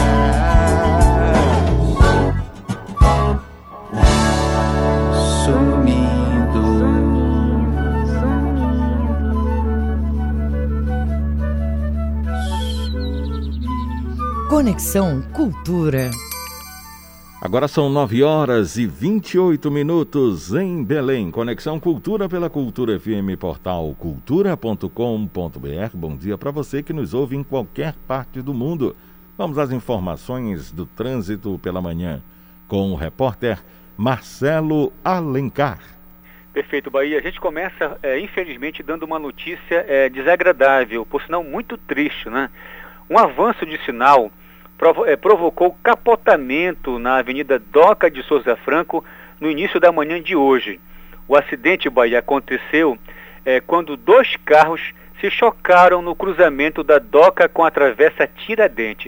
Conexão Cultura. Agora são nove horas e vinte e oito minutos em Belém. Conexão Cultura pela Cultura F M, portal cultura ponto com ponto b r. Bom dia para você que nos ouve em qualquer parte do mundo. Vamos às informações do trânsito pela manhã com o repórter Marcelo Alencar. Perfeito, Bahia. A gente começa, é, infelizmente, dando uma notícia é, desagradável, por sinal muito triste, né? Um avanço de sinal provo- é, provocou capotamento na Avenida Doca de Souza Franco no início da manhã de hoje. O acidente, Bahia, aconteceu é, quando dois carros se chocaram no cruzamento da Doca com a Travessa Tiradentes.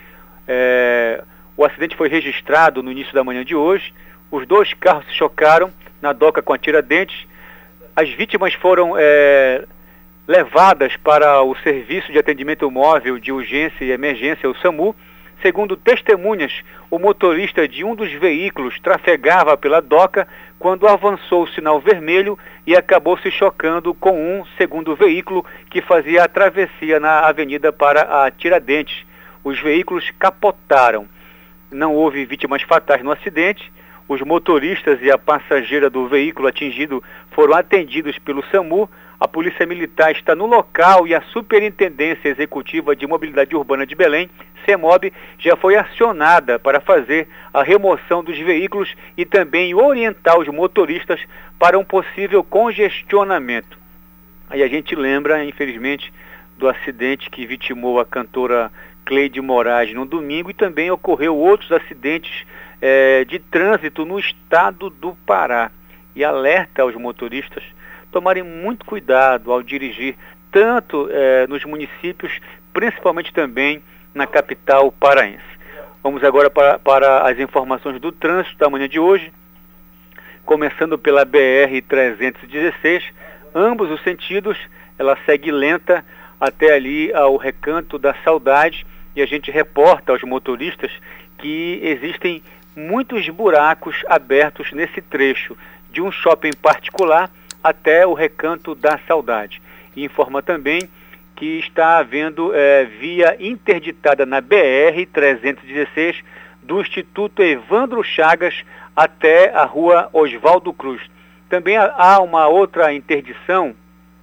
É, o acidente foi registrado no início da manhã de hoje. Os dois carros se chocaram na Doca com a Tiradentes. As vítimas foram é, levadas para o Serviço de Atendimento Móvel de Urgência e Emergência, o SAMU. Segundo testemunhas, o motorista de um dos veículos trafegava pela Doca quando avançou o sinal vermelho e acabou se chocando com um segundo veículo que fazia a travessia na avenida para a Tiradentes. Os veículos capotaram. Não houve vítimas fatais no acidente. Os motoristas e a passageira do veículo atingido foram atendidos pelo SAMU. A Polícia Militar está no local e a Superintendência Executiva de Mobilidade Urbana de Belém, CEMOB, já foi acionada para fazer a remoção dos veículos e também orientar os motoristas para um possível congestionamento. Aí a gente lembra, infelizmente, do acidente que vitimou a cantora Cleide Moraes no domingo, e também ocorreu outros acidentes É, de trânsito no estado do Pará, e alerta aos motoristas tomarem muito cuidado ao dirigir, tanto é, nos municípios, principalmente também na capital paraense. Vamos agora para, para as informações do trânsito da manhã de hoje, começando pela B R trezentos e dezesseis, ambos os sentidos, ela segue lenta até ali ao Recanto da Saudade, e a gente reporta aos motoristas que existem muitos buracos abertos nesse trecho, de um shopping particular até o Recanto da Saudade. E informa também que está havendo é, via interditada na B R trezentos e dezesseis, do Instituto Evandro Chagas até a Rua Oswaldo Cruz. Também há uma outra interdição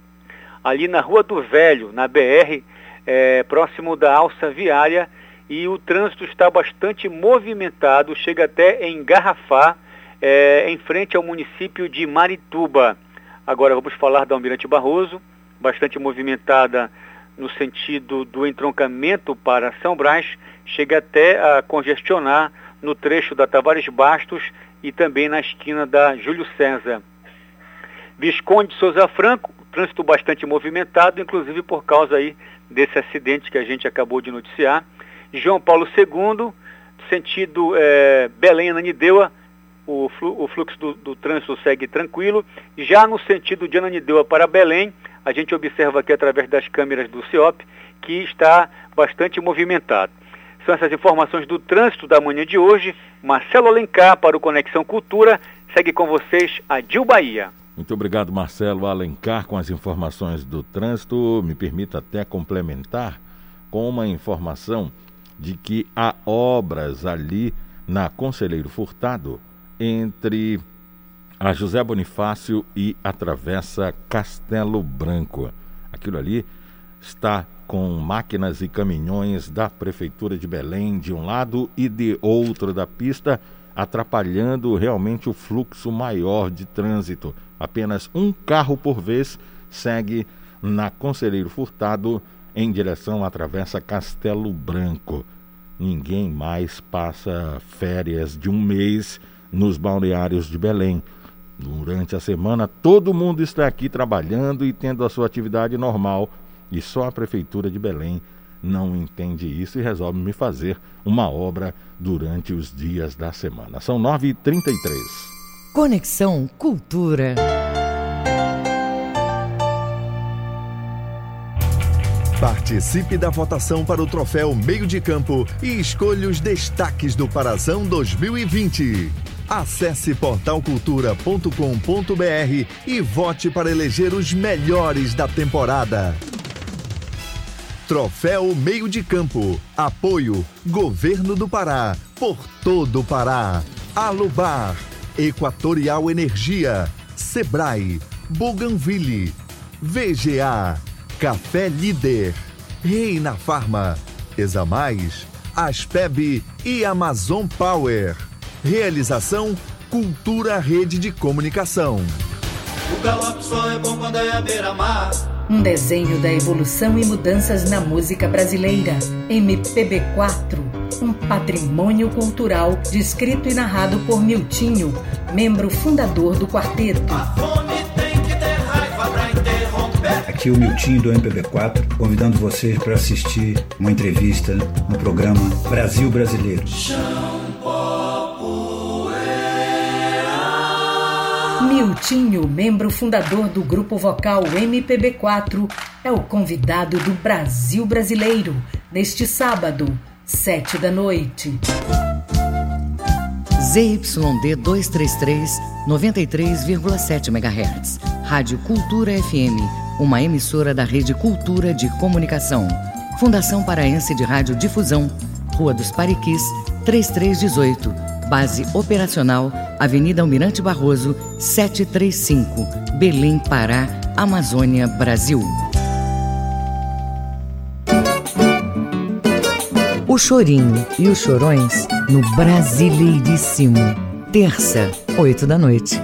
ali na Rua do Velho, na B R, é, próximo da alça viária, e o trânsito está bastante movimentado, chega até engarrafar é, em frente ao município de Marituba. Agora vamos falar da Almirante Barroso, bastante movimentada no sentido do entroncamento para São Brás, chega até a congestionar no trecho da Tavares Bastos e também na esquina da Júlio César. Visconde de Souza Franco, trânsito bastante movimentado, inclusive por causa aí desse acidente que a gente acabou de noticiar. João Paulo segundo, sentido é, Belém-Ananindeua, o, flu, o fluxo do, do trânsito segue tranquilo. Já no sentido de Ananindeua para Belém, a gente observa aqui através das câmeras do CIOP que está bastante movimentado. São essas informações do trânsito da manhã de hoje. Marcelo Alencar para o Conexão Cultura. Segue com vocês a Dil Bahia. Muito obrigado, Marcelo Alencar, com as informações do trânsito. Me permita até complementar com uma informação de que há obras ali na Conselheiro Furtado, entre a José Bonifácio e a Travessa Castelo Branco. Aquilo ali está com máquinas e caminhões da Prefeitura de Belém de um lado e de outro da pista, atrapalhando realmente o fluxo maior de trânsito. Apenas um carro por vez segue na Conselheiro Furtado em direção à Travessa Castelo Branco. Ninguém mais passa férias de um mês nos balneários de Belém. Durante a semana, todo mundo está aqui trabalhando e tendo a sua atividade normal, e só a Prefeitura de Belém não entende isso e resolve me fazer uma obra durante os dias da semana. São nove e trinta e três. Conexão Cultura. Participe da votação para o troféu Meio de Campo e escolha os destaques do Parazão dois mil e vinte. Acesse portal cultura ponto com ponto b r e vote para eleger os melhores da temporada. Troféu Meio de Campo. Apoio Governo do Pará. por todo o Pará. Alubar, Equatorial Energia, Sebrae, Bougainville, V G A, Café Líder, Reina Farma, Examais, Aspeb e Amazon Power. Realização Cultura Rede de Comunicação. O galope só é bom quando é à beira-mar. Um desenho da evolução e mudanças na música brasileira. M P B quatro, um patrimônio cultural descrito e narrado por Miltinho, membro fundador do quarteto. A fome tem que ter raiva pra interromper. Aqui o Miltinho do M P B quatro, convidando vocês para assistir uma entrevista no programa Brasil Brasileiro. Miltinho, membro fundador do grupo vocal M P B quatro, é o convidado do Brasil Brasileiro, neste sábado, sete da noite. Z Y D duzentos e trinta e três, noventa e três vírgula sete megahertz. Rádio Cultura F M, uma emissora da Rede Cultura de Comunicação. Fundação Paraense de Radiodifusão, Rua dos Pariquis, três três um oito. Base operacional, Avenida Almirante Barroso, setecentos e trinta e cinco, Belém, Pará, Amazônia, Brasil. O Chorinho e os Chorões no Brasileiríssimo. Terça, oito da noite.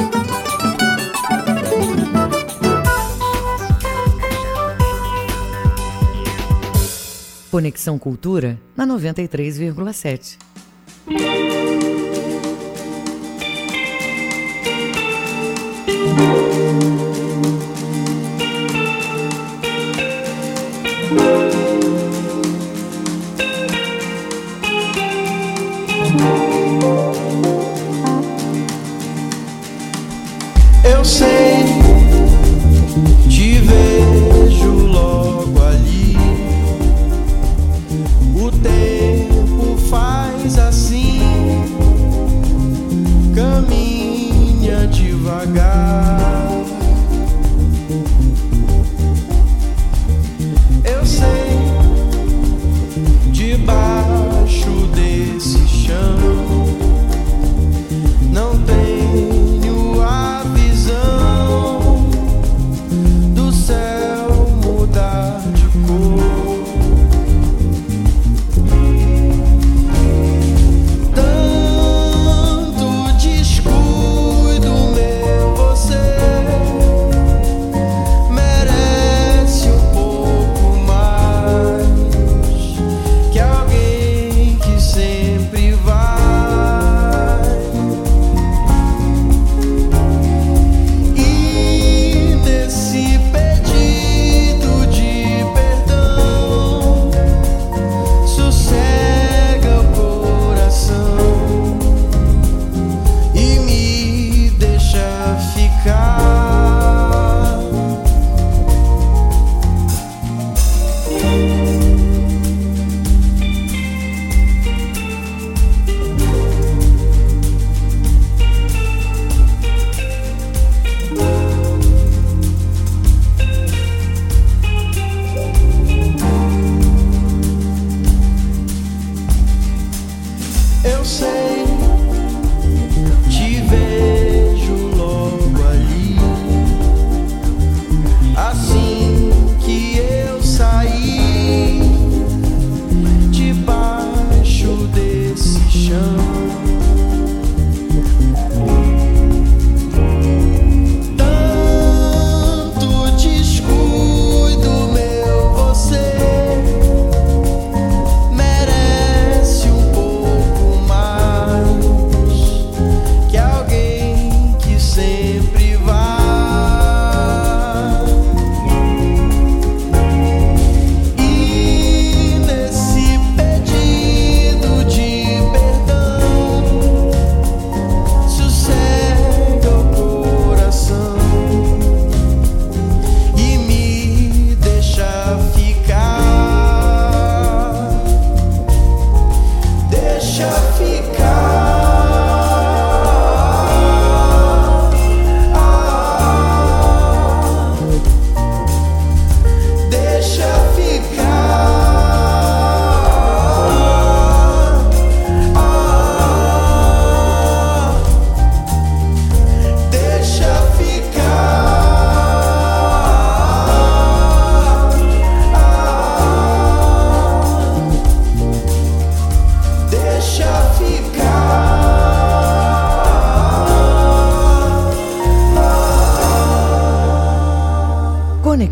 Conexão Cultura na noventa e três vírgula sete. Eu sei, te vejo logo ali. O tempo faz assim.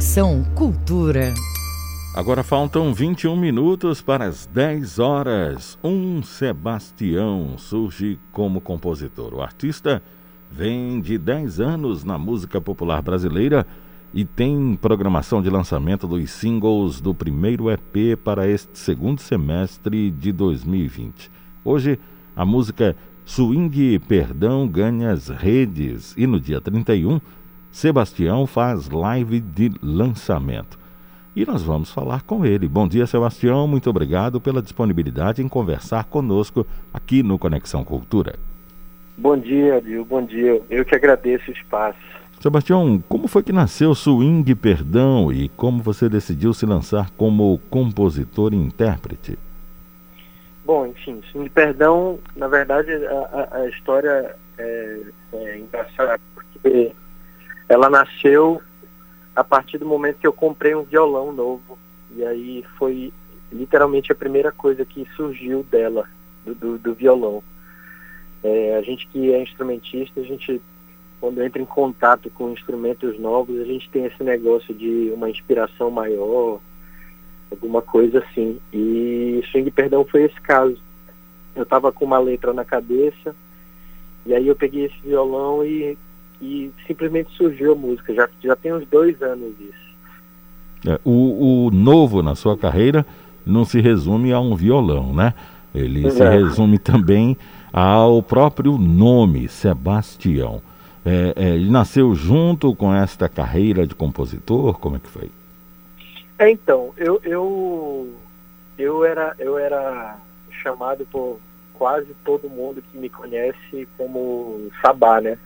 Conexão Cultura. Agora faltam vinte e um minutos para as dez horas. Um Sebastião surge como compositor. O artista vem de dez anos na música popular brasileira e tem programação de lançamento dos singles do primeiro E P para este segundo semestre de dois mil e vinte. Hoje, a música Swing Perdão ganha as redes e no dia trinta e um, Sebastião faz live de lançamento. E nós vamos falar com ele. Bom dia, Sebastião. Muito obrigado pela disponibilidade em conversar conosco aqui no Conexão Cultura. Bom dia, Adil. Bom dia. Eu que agradeço o espaço. Sebastião, como foi que nasceu Swing Perdão e como você decidiu se lançar como compositor e intérprete? Bom, enfim, Swing Perdão, na verdade, a, a história é, é engraçada porque ela nasceu a partir do momento que eu comprei um violão novo. E aí foi literalmente a primeira coisa que surgiu dela, do, do, do violão. É, a gente que é instrumentista, a gente, quando entra em contato com instrumentos novos, a gente tem esse negócio de uma inspiração maior, alguma coisa assim. E Swing Perdão foi esse caso. Eu estava com uma letra na cabeça, e aí eu peguei esse violão e E simplesmente surgiu a música. Já, já tem uns dois anos isso. É, o, o novo na sua carreira não se resume a um violão, né? Ele é. se resume também ao próprio nome, Sebastião. É, é, ele nasceu junto com esta carreira de compositor? Como é que foi? É, então, eu, eu, eu, era, eu era chamado por quase todo mundo que me conhece como Sabá, né?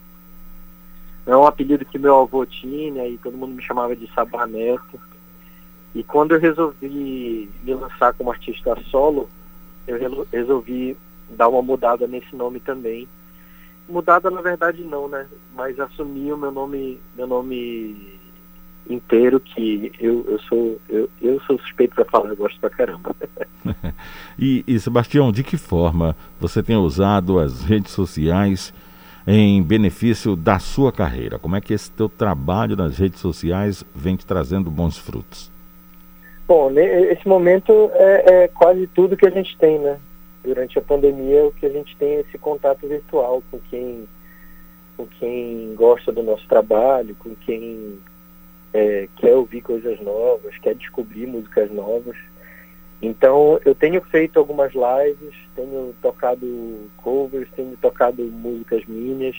É um apelido que meu avô tinha e todo mundo me chamava de Sabá Neto. E quando eu resolvi me lançar como artista solo, eu re- resolvi dar uma mudada nesse nome também. Mudada na verdade não, né? Mas assumi o meu nome, meu nome inteiro, que eu, eu, sou, eu, eu sou suspeito para falar, eu gosto pra caramba. e, e Sebastião, de que forma você tem usado as redes sociais em benefício da sua carreira? Como é que esse teu trabalho nas redes sociais vem te trazendo bons frutos? Bom, esse momento é, é quase tudo que a gente tem, né? Durante a pandemia, o que a gente tem é esse contato virtual com quem, com quem gosta do nosso trabalho, com quem é, quer ouvir coisas novas, quer descobrir músicas novas. Então, eu tenho feito algumas lives, tenho tocado covers, tenho tocado músicas minhas,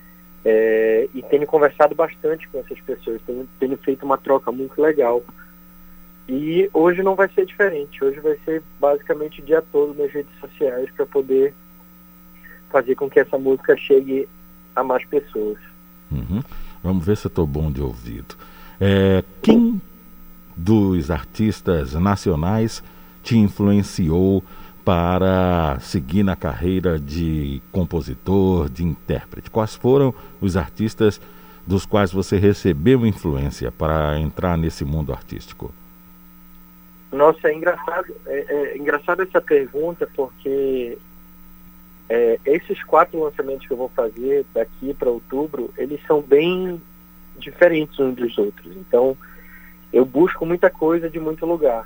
é, e tenho conversado bastante com essas pessoas, tenho, tenho feito uma troca muito legal. E hoje não vai ser diferente, hoje vai ser basicamente o dia todo nas redes sociais para poder fazer com que essa música chegue a mais pessoas. Uhum. Vamos ver se eu estou bom de ouvido. É, quem dos artistas nacionais te influenciou para seguir na carreira de compositor, de intérprete? Quais foram os artistas dos quais você recebeu influência para entrar nesse mundo artístico? Nossa, é engraçado, é, é engraçado essa pergunta, porque é, esses quatro lançamentos que eu vou fazer daqui para outubro, eles são bem diferentes uns dos outros. Então, eu busco muita coisa de muito lugar.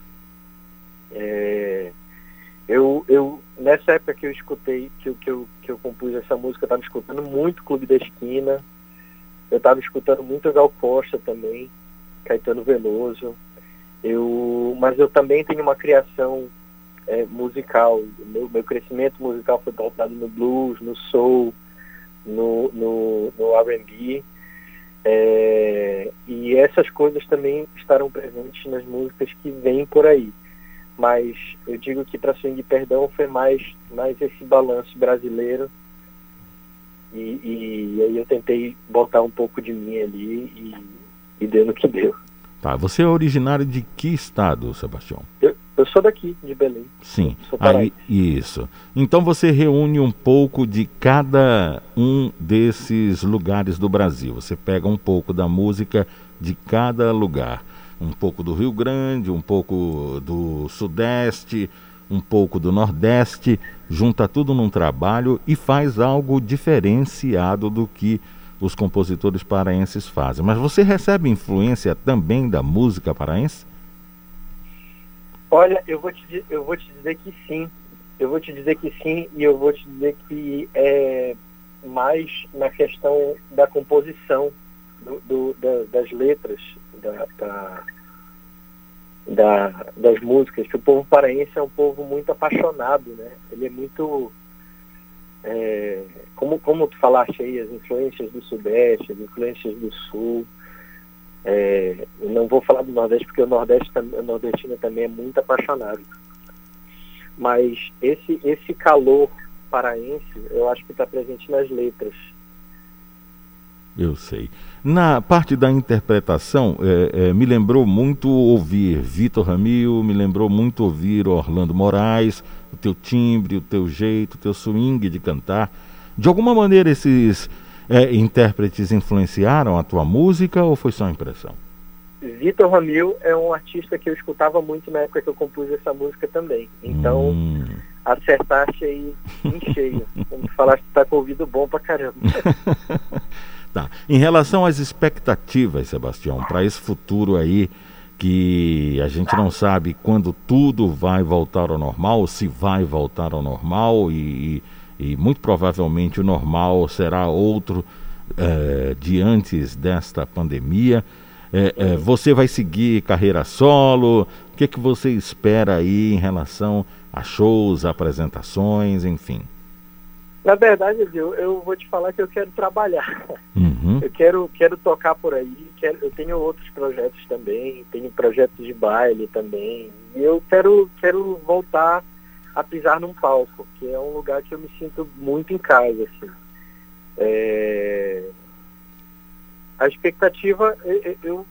É, eu, eu, nessa época que eu escutei, que eu, que eu, que eu compus essa música, eu estava escutando muito Clube da Esquina, eu estava escutando muito Gal Costa também, Caetano Veloso, eu, mas eu também tenho uma criação é, musical, meu, meu crescimento musical foi pautado no blues, no soul, no, no, no R and B, é, e essas coisas também estarão presentes nas músicas que vêm por aí. Mas eu digo que para Swing Perdão foi mais, mais esse balanço brasileiro, e, e, e aí eu tentei botar um pouco de mim ali e, e deu no que deu. Tá, você é originário de que estado, Sebastião? Eu, eu sou daqui, de Belém. Sim, aí, isso. Então você reúne um pouco de cada um desses lugares do Brasil. Você pega um pouco da música de cada lugar. Um pouco do Rio Grande, um pouco do Sudeste, um pouco do Nordeste, junta tudo num trabalho e faz algo diferenciado do que os compositores paraenses fazem. Mas você recebe influência também da música paraense? Olha, eu vou te, eu vou te dizer que sim. Eu vou te dizer que sim e eu vou te dizer que é mais na questão da composição do, do, da, das letras, da, da, da, das músicas, que o povo paraense é um povo muito apaixonado, né? Ele é muito... É, como, como tu falaste aí, as influências do Sudeste, as influências do Sul. É, eu não vou falar do Nordeste porque o Nordeste, o nordestino também é muito apaixonado. Mas esse, esse calor paraense, eu acho que está presente nas letras. Eu sei. Na parte da interpretação, é, é, me lembrou muito ouvir Vitor Ramil, me lembrou muito ouvir Orlando Moraes, o teu timbre, o teu jeito, o teu swing de cantar. De alguma maneira esses é, intérpretes influenciaram a tua música ou foi só impressão? Vitor Ramil é um artista que eu escutava muito na época que eu compus essa música também. Então, hum. acertaste aí em cheio. Como tu falaste, tu tá com o ouvido bom pra caramba. Tá. Em relação às expectativas, Sebastião, para esse futuro aí, que a gente não sabe quando tudo vai voltar ao normal, se vai voltar ao normal, e, e, e muito provavelmente o normal será outro é, de antes desta pandemia. É, é, você vai seguir carreira solo? O que, que você espera aí em relação a shows, apresentações, enfim? Na verdade, eu, eu vou te falar que eu quero trabalhar. Uhum. Eu quero, quero tocar por aí, quero, eu tenho outros projetos também, tenho projetos de baile também. E eu quero, quero voltar a pisar num palco, que é um lugar que eu me sinto muito em casa, assim. É... A expectativa, eu, eu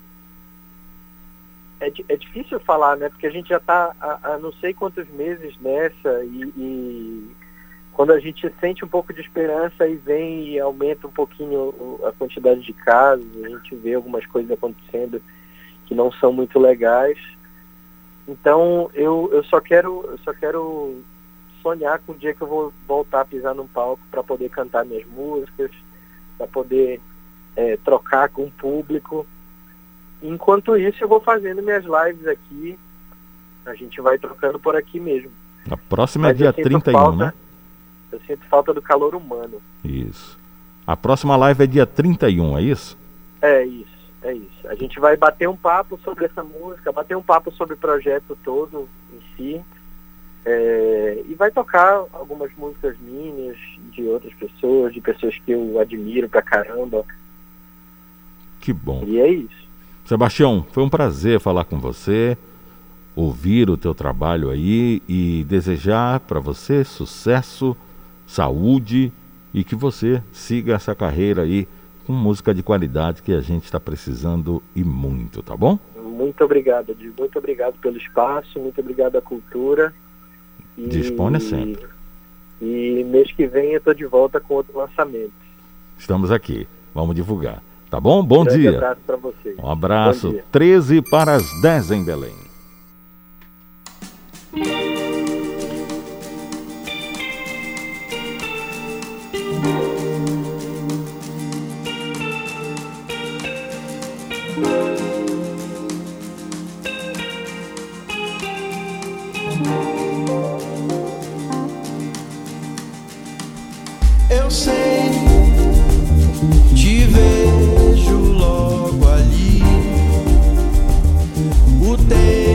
é, é difícil falar, né? Porque a gente já está há, há não sei quantos meses nessa e, e quando a gente sente um pouco de esperança e vem e aumenta um pouquinho a quantidade de casos, a gente vê algumas coisas acontecendo que não são muito legais. Então eu, eu só quero eu só quero sonhar com o dia que eu vou voltar a pisar num palco para poder cantar minhas músicas, para poder é, trocar com o público. Enquanto isso eu vou fazendo minhas lives aqui, a gente vai trocando por aqui mesmo. A próxima é dia trinta e um, falta, né? Eu sinto falta do calor humano. Isso. A próxima live é dia trinta e um, é isso? É isso, é isso. A gente vai bater um papo sobre essa música, bater um papo sobre o projeto todo em si, é, e vai tocar algumas músicas minhas, de outras pessoas, de pessoas que eu admiro pra caramba. Que bom. E é isso. Sebastião, foi um prazer falar com você, ouvir o teu trabalho aí e desejar para você sucesso, saúde e que você siga essa carreira aí com música de qualidade que a gente está precisando e muito, tá bom? Muito obrigado, Edil. Muito obrigado pelo espaço, muito obrigado à cultura. E, Disponha sempre. E mês que vem eu estou de volta com outro livramento. Estamos aqui, vamos divulgar. Tá bom? Bom Grande dia. Um abraço para vocês. Um abraço. treze para as dez em Belém. Eu sei, te vejo logo ali, o tempo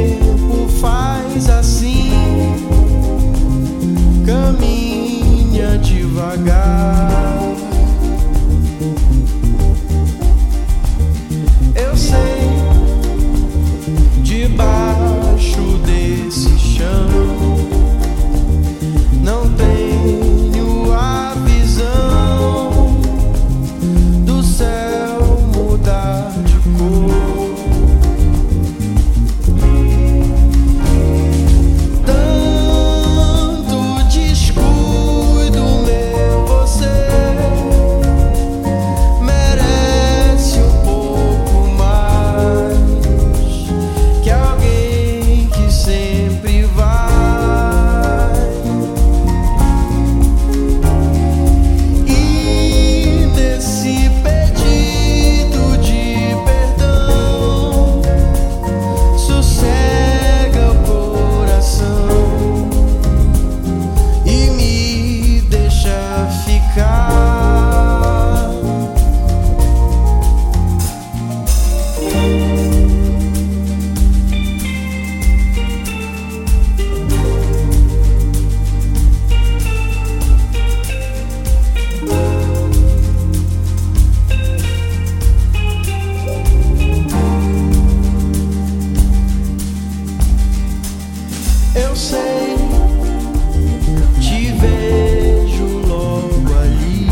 sei, te vejo logo ali.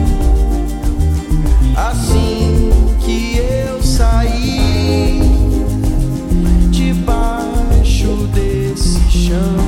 Assim que eu saí debaixo desse chão,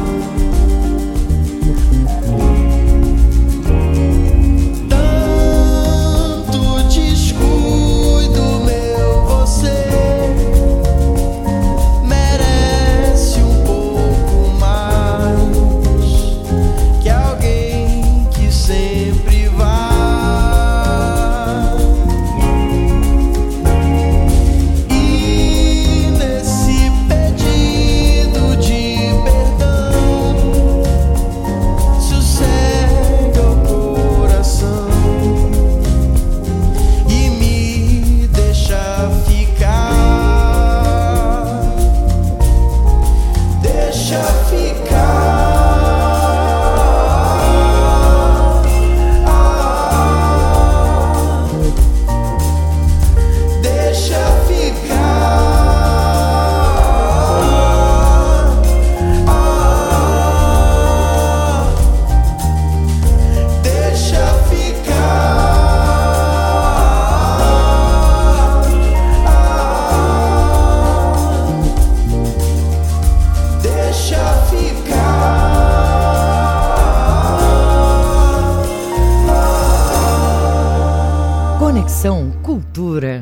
Conexão Cultura.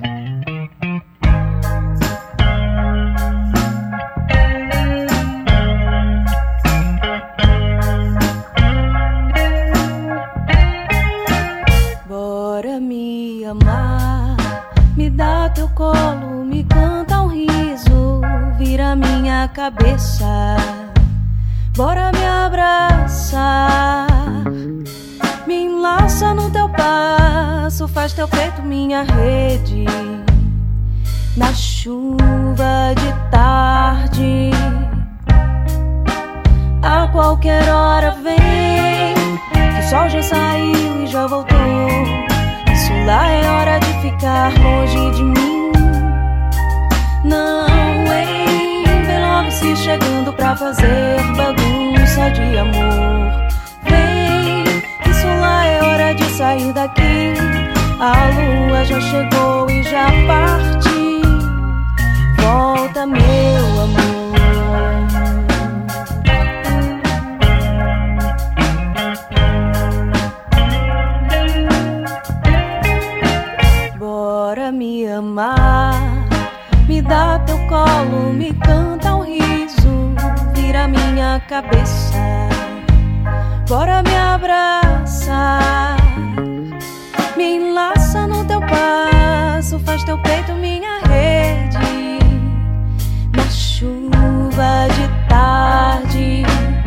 Bora me amar, me dá teu colo, me canta um riso, vira minha cabeça. Bora me abraçar, me enlaça no teu passo, faz teu peito minha rede. Na chuva de tarde, a qualquer hora vem, que o sol já saiu e já voltou. Isso lá é hora de ficar longe de mim. Não, hein, vem logo se chegando pra fazer bagunça de amor. Vem, isso lá é hora de sair daqui. A lua já chegou e já partiu. Volta, meu amor. Bora me amar, me dá teu colo, me canta um riso, vira minha cabeça. Bora me abraçar, me enlaça no teu passo, faz teu peito minha rede. Na chuva de tarde,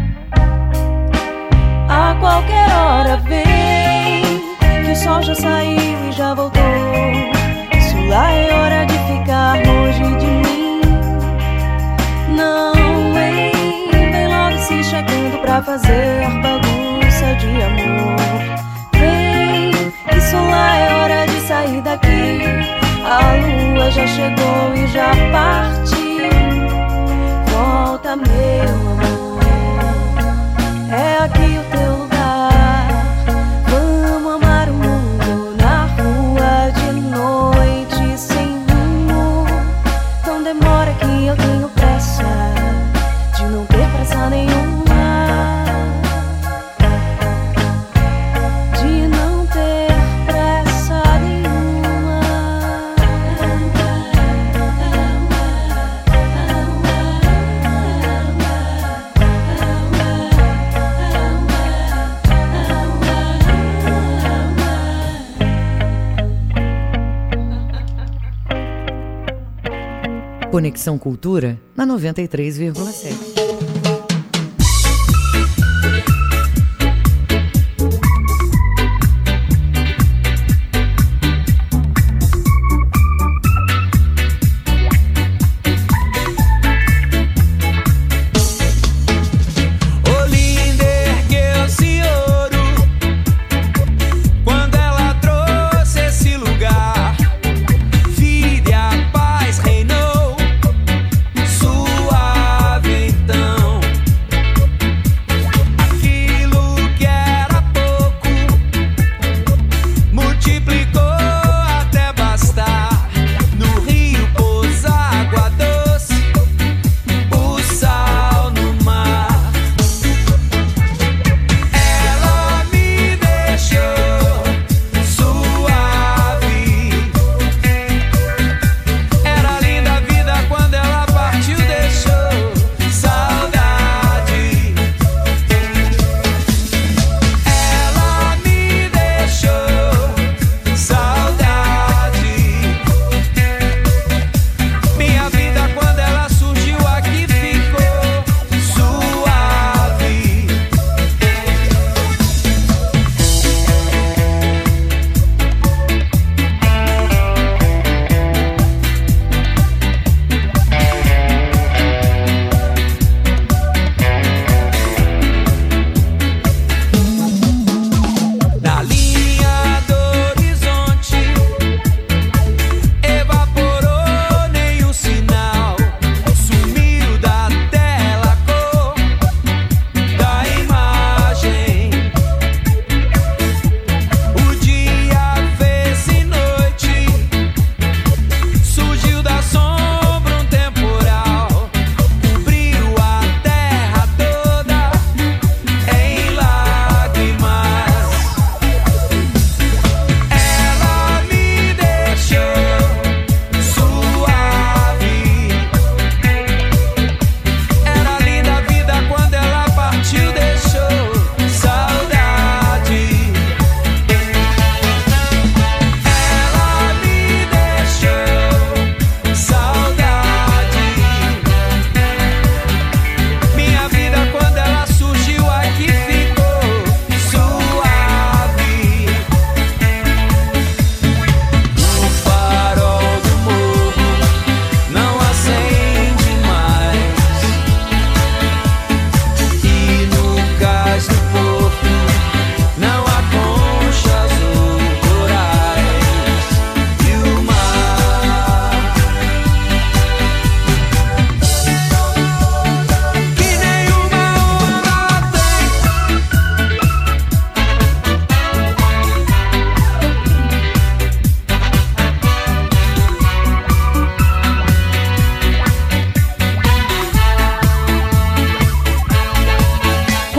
a qualquer hora vem, que o sol já saiu e já voltou. Isso lá é hora de ficar longe de mim. Não, hein, vem logo se chegando pra fazer bagunça de amor. Vem, isso lá é hora de sair daqui. A lua já chegou e já partiu. Volta, meu amor, é aqui o teu lugar. Vamos amar o mundo na rua de noite sem rumo. Não demora que eu tenho pressa de não ter pressa nenhuma. Conexão Cultura na noventa e três vírgula sete. Vida e a paz reinou, suave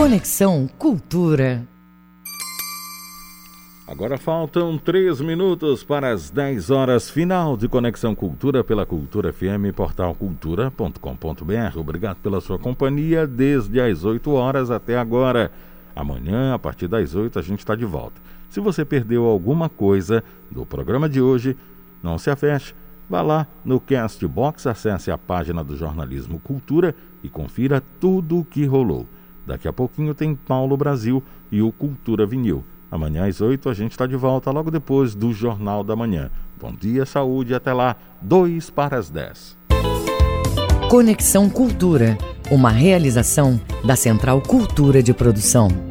Conexão Cultura. Agora faltam três minutos para as dez horas, final de Conexão Cultura pela Cultura F M, portal cultura ponto com ponto b r. Obrigado pela sua companhia desde as oito horas até agora. Amanhã, a partir das oito, a gente está de volta. Se você perdeu alguma coisa do programa de hoje, não se afeste. Vá lá no Castbox, acesse a página do Jornalismo Cultura e confira tudo o que rolou. Daqui a pouquinho tem Paulo Brasil e o Cultura Vinil. Amanhã às oito a gente está de volta logo depois do Jornal da Manhã. Bom dia, saúde, até lá, dois para as dez. Conexão Cultura, uma realização da Central Cultura de Produção.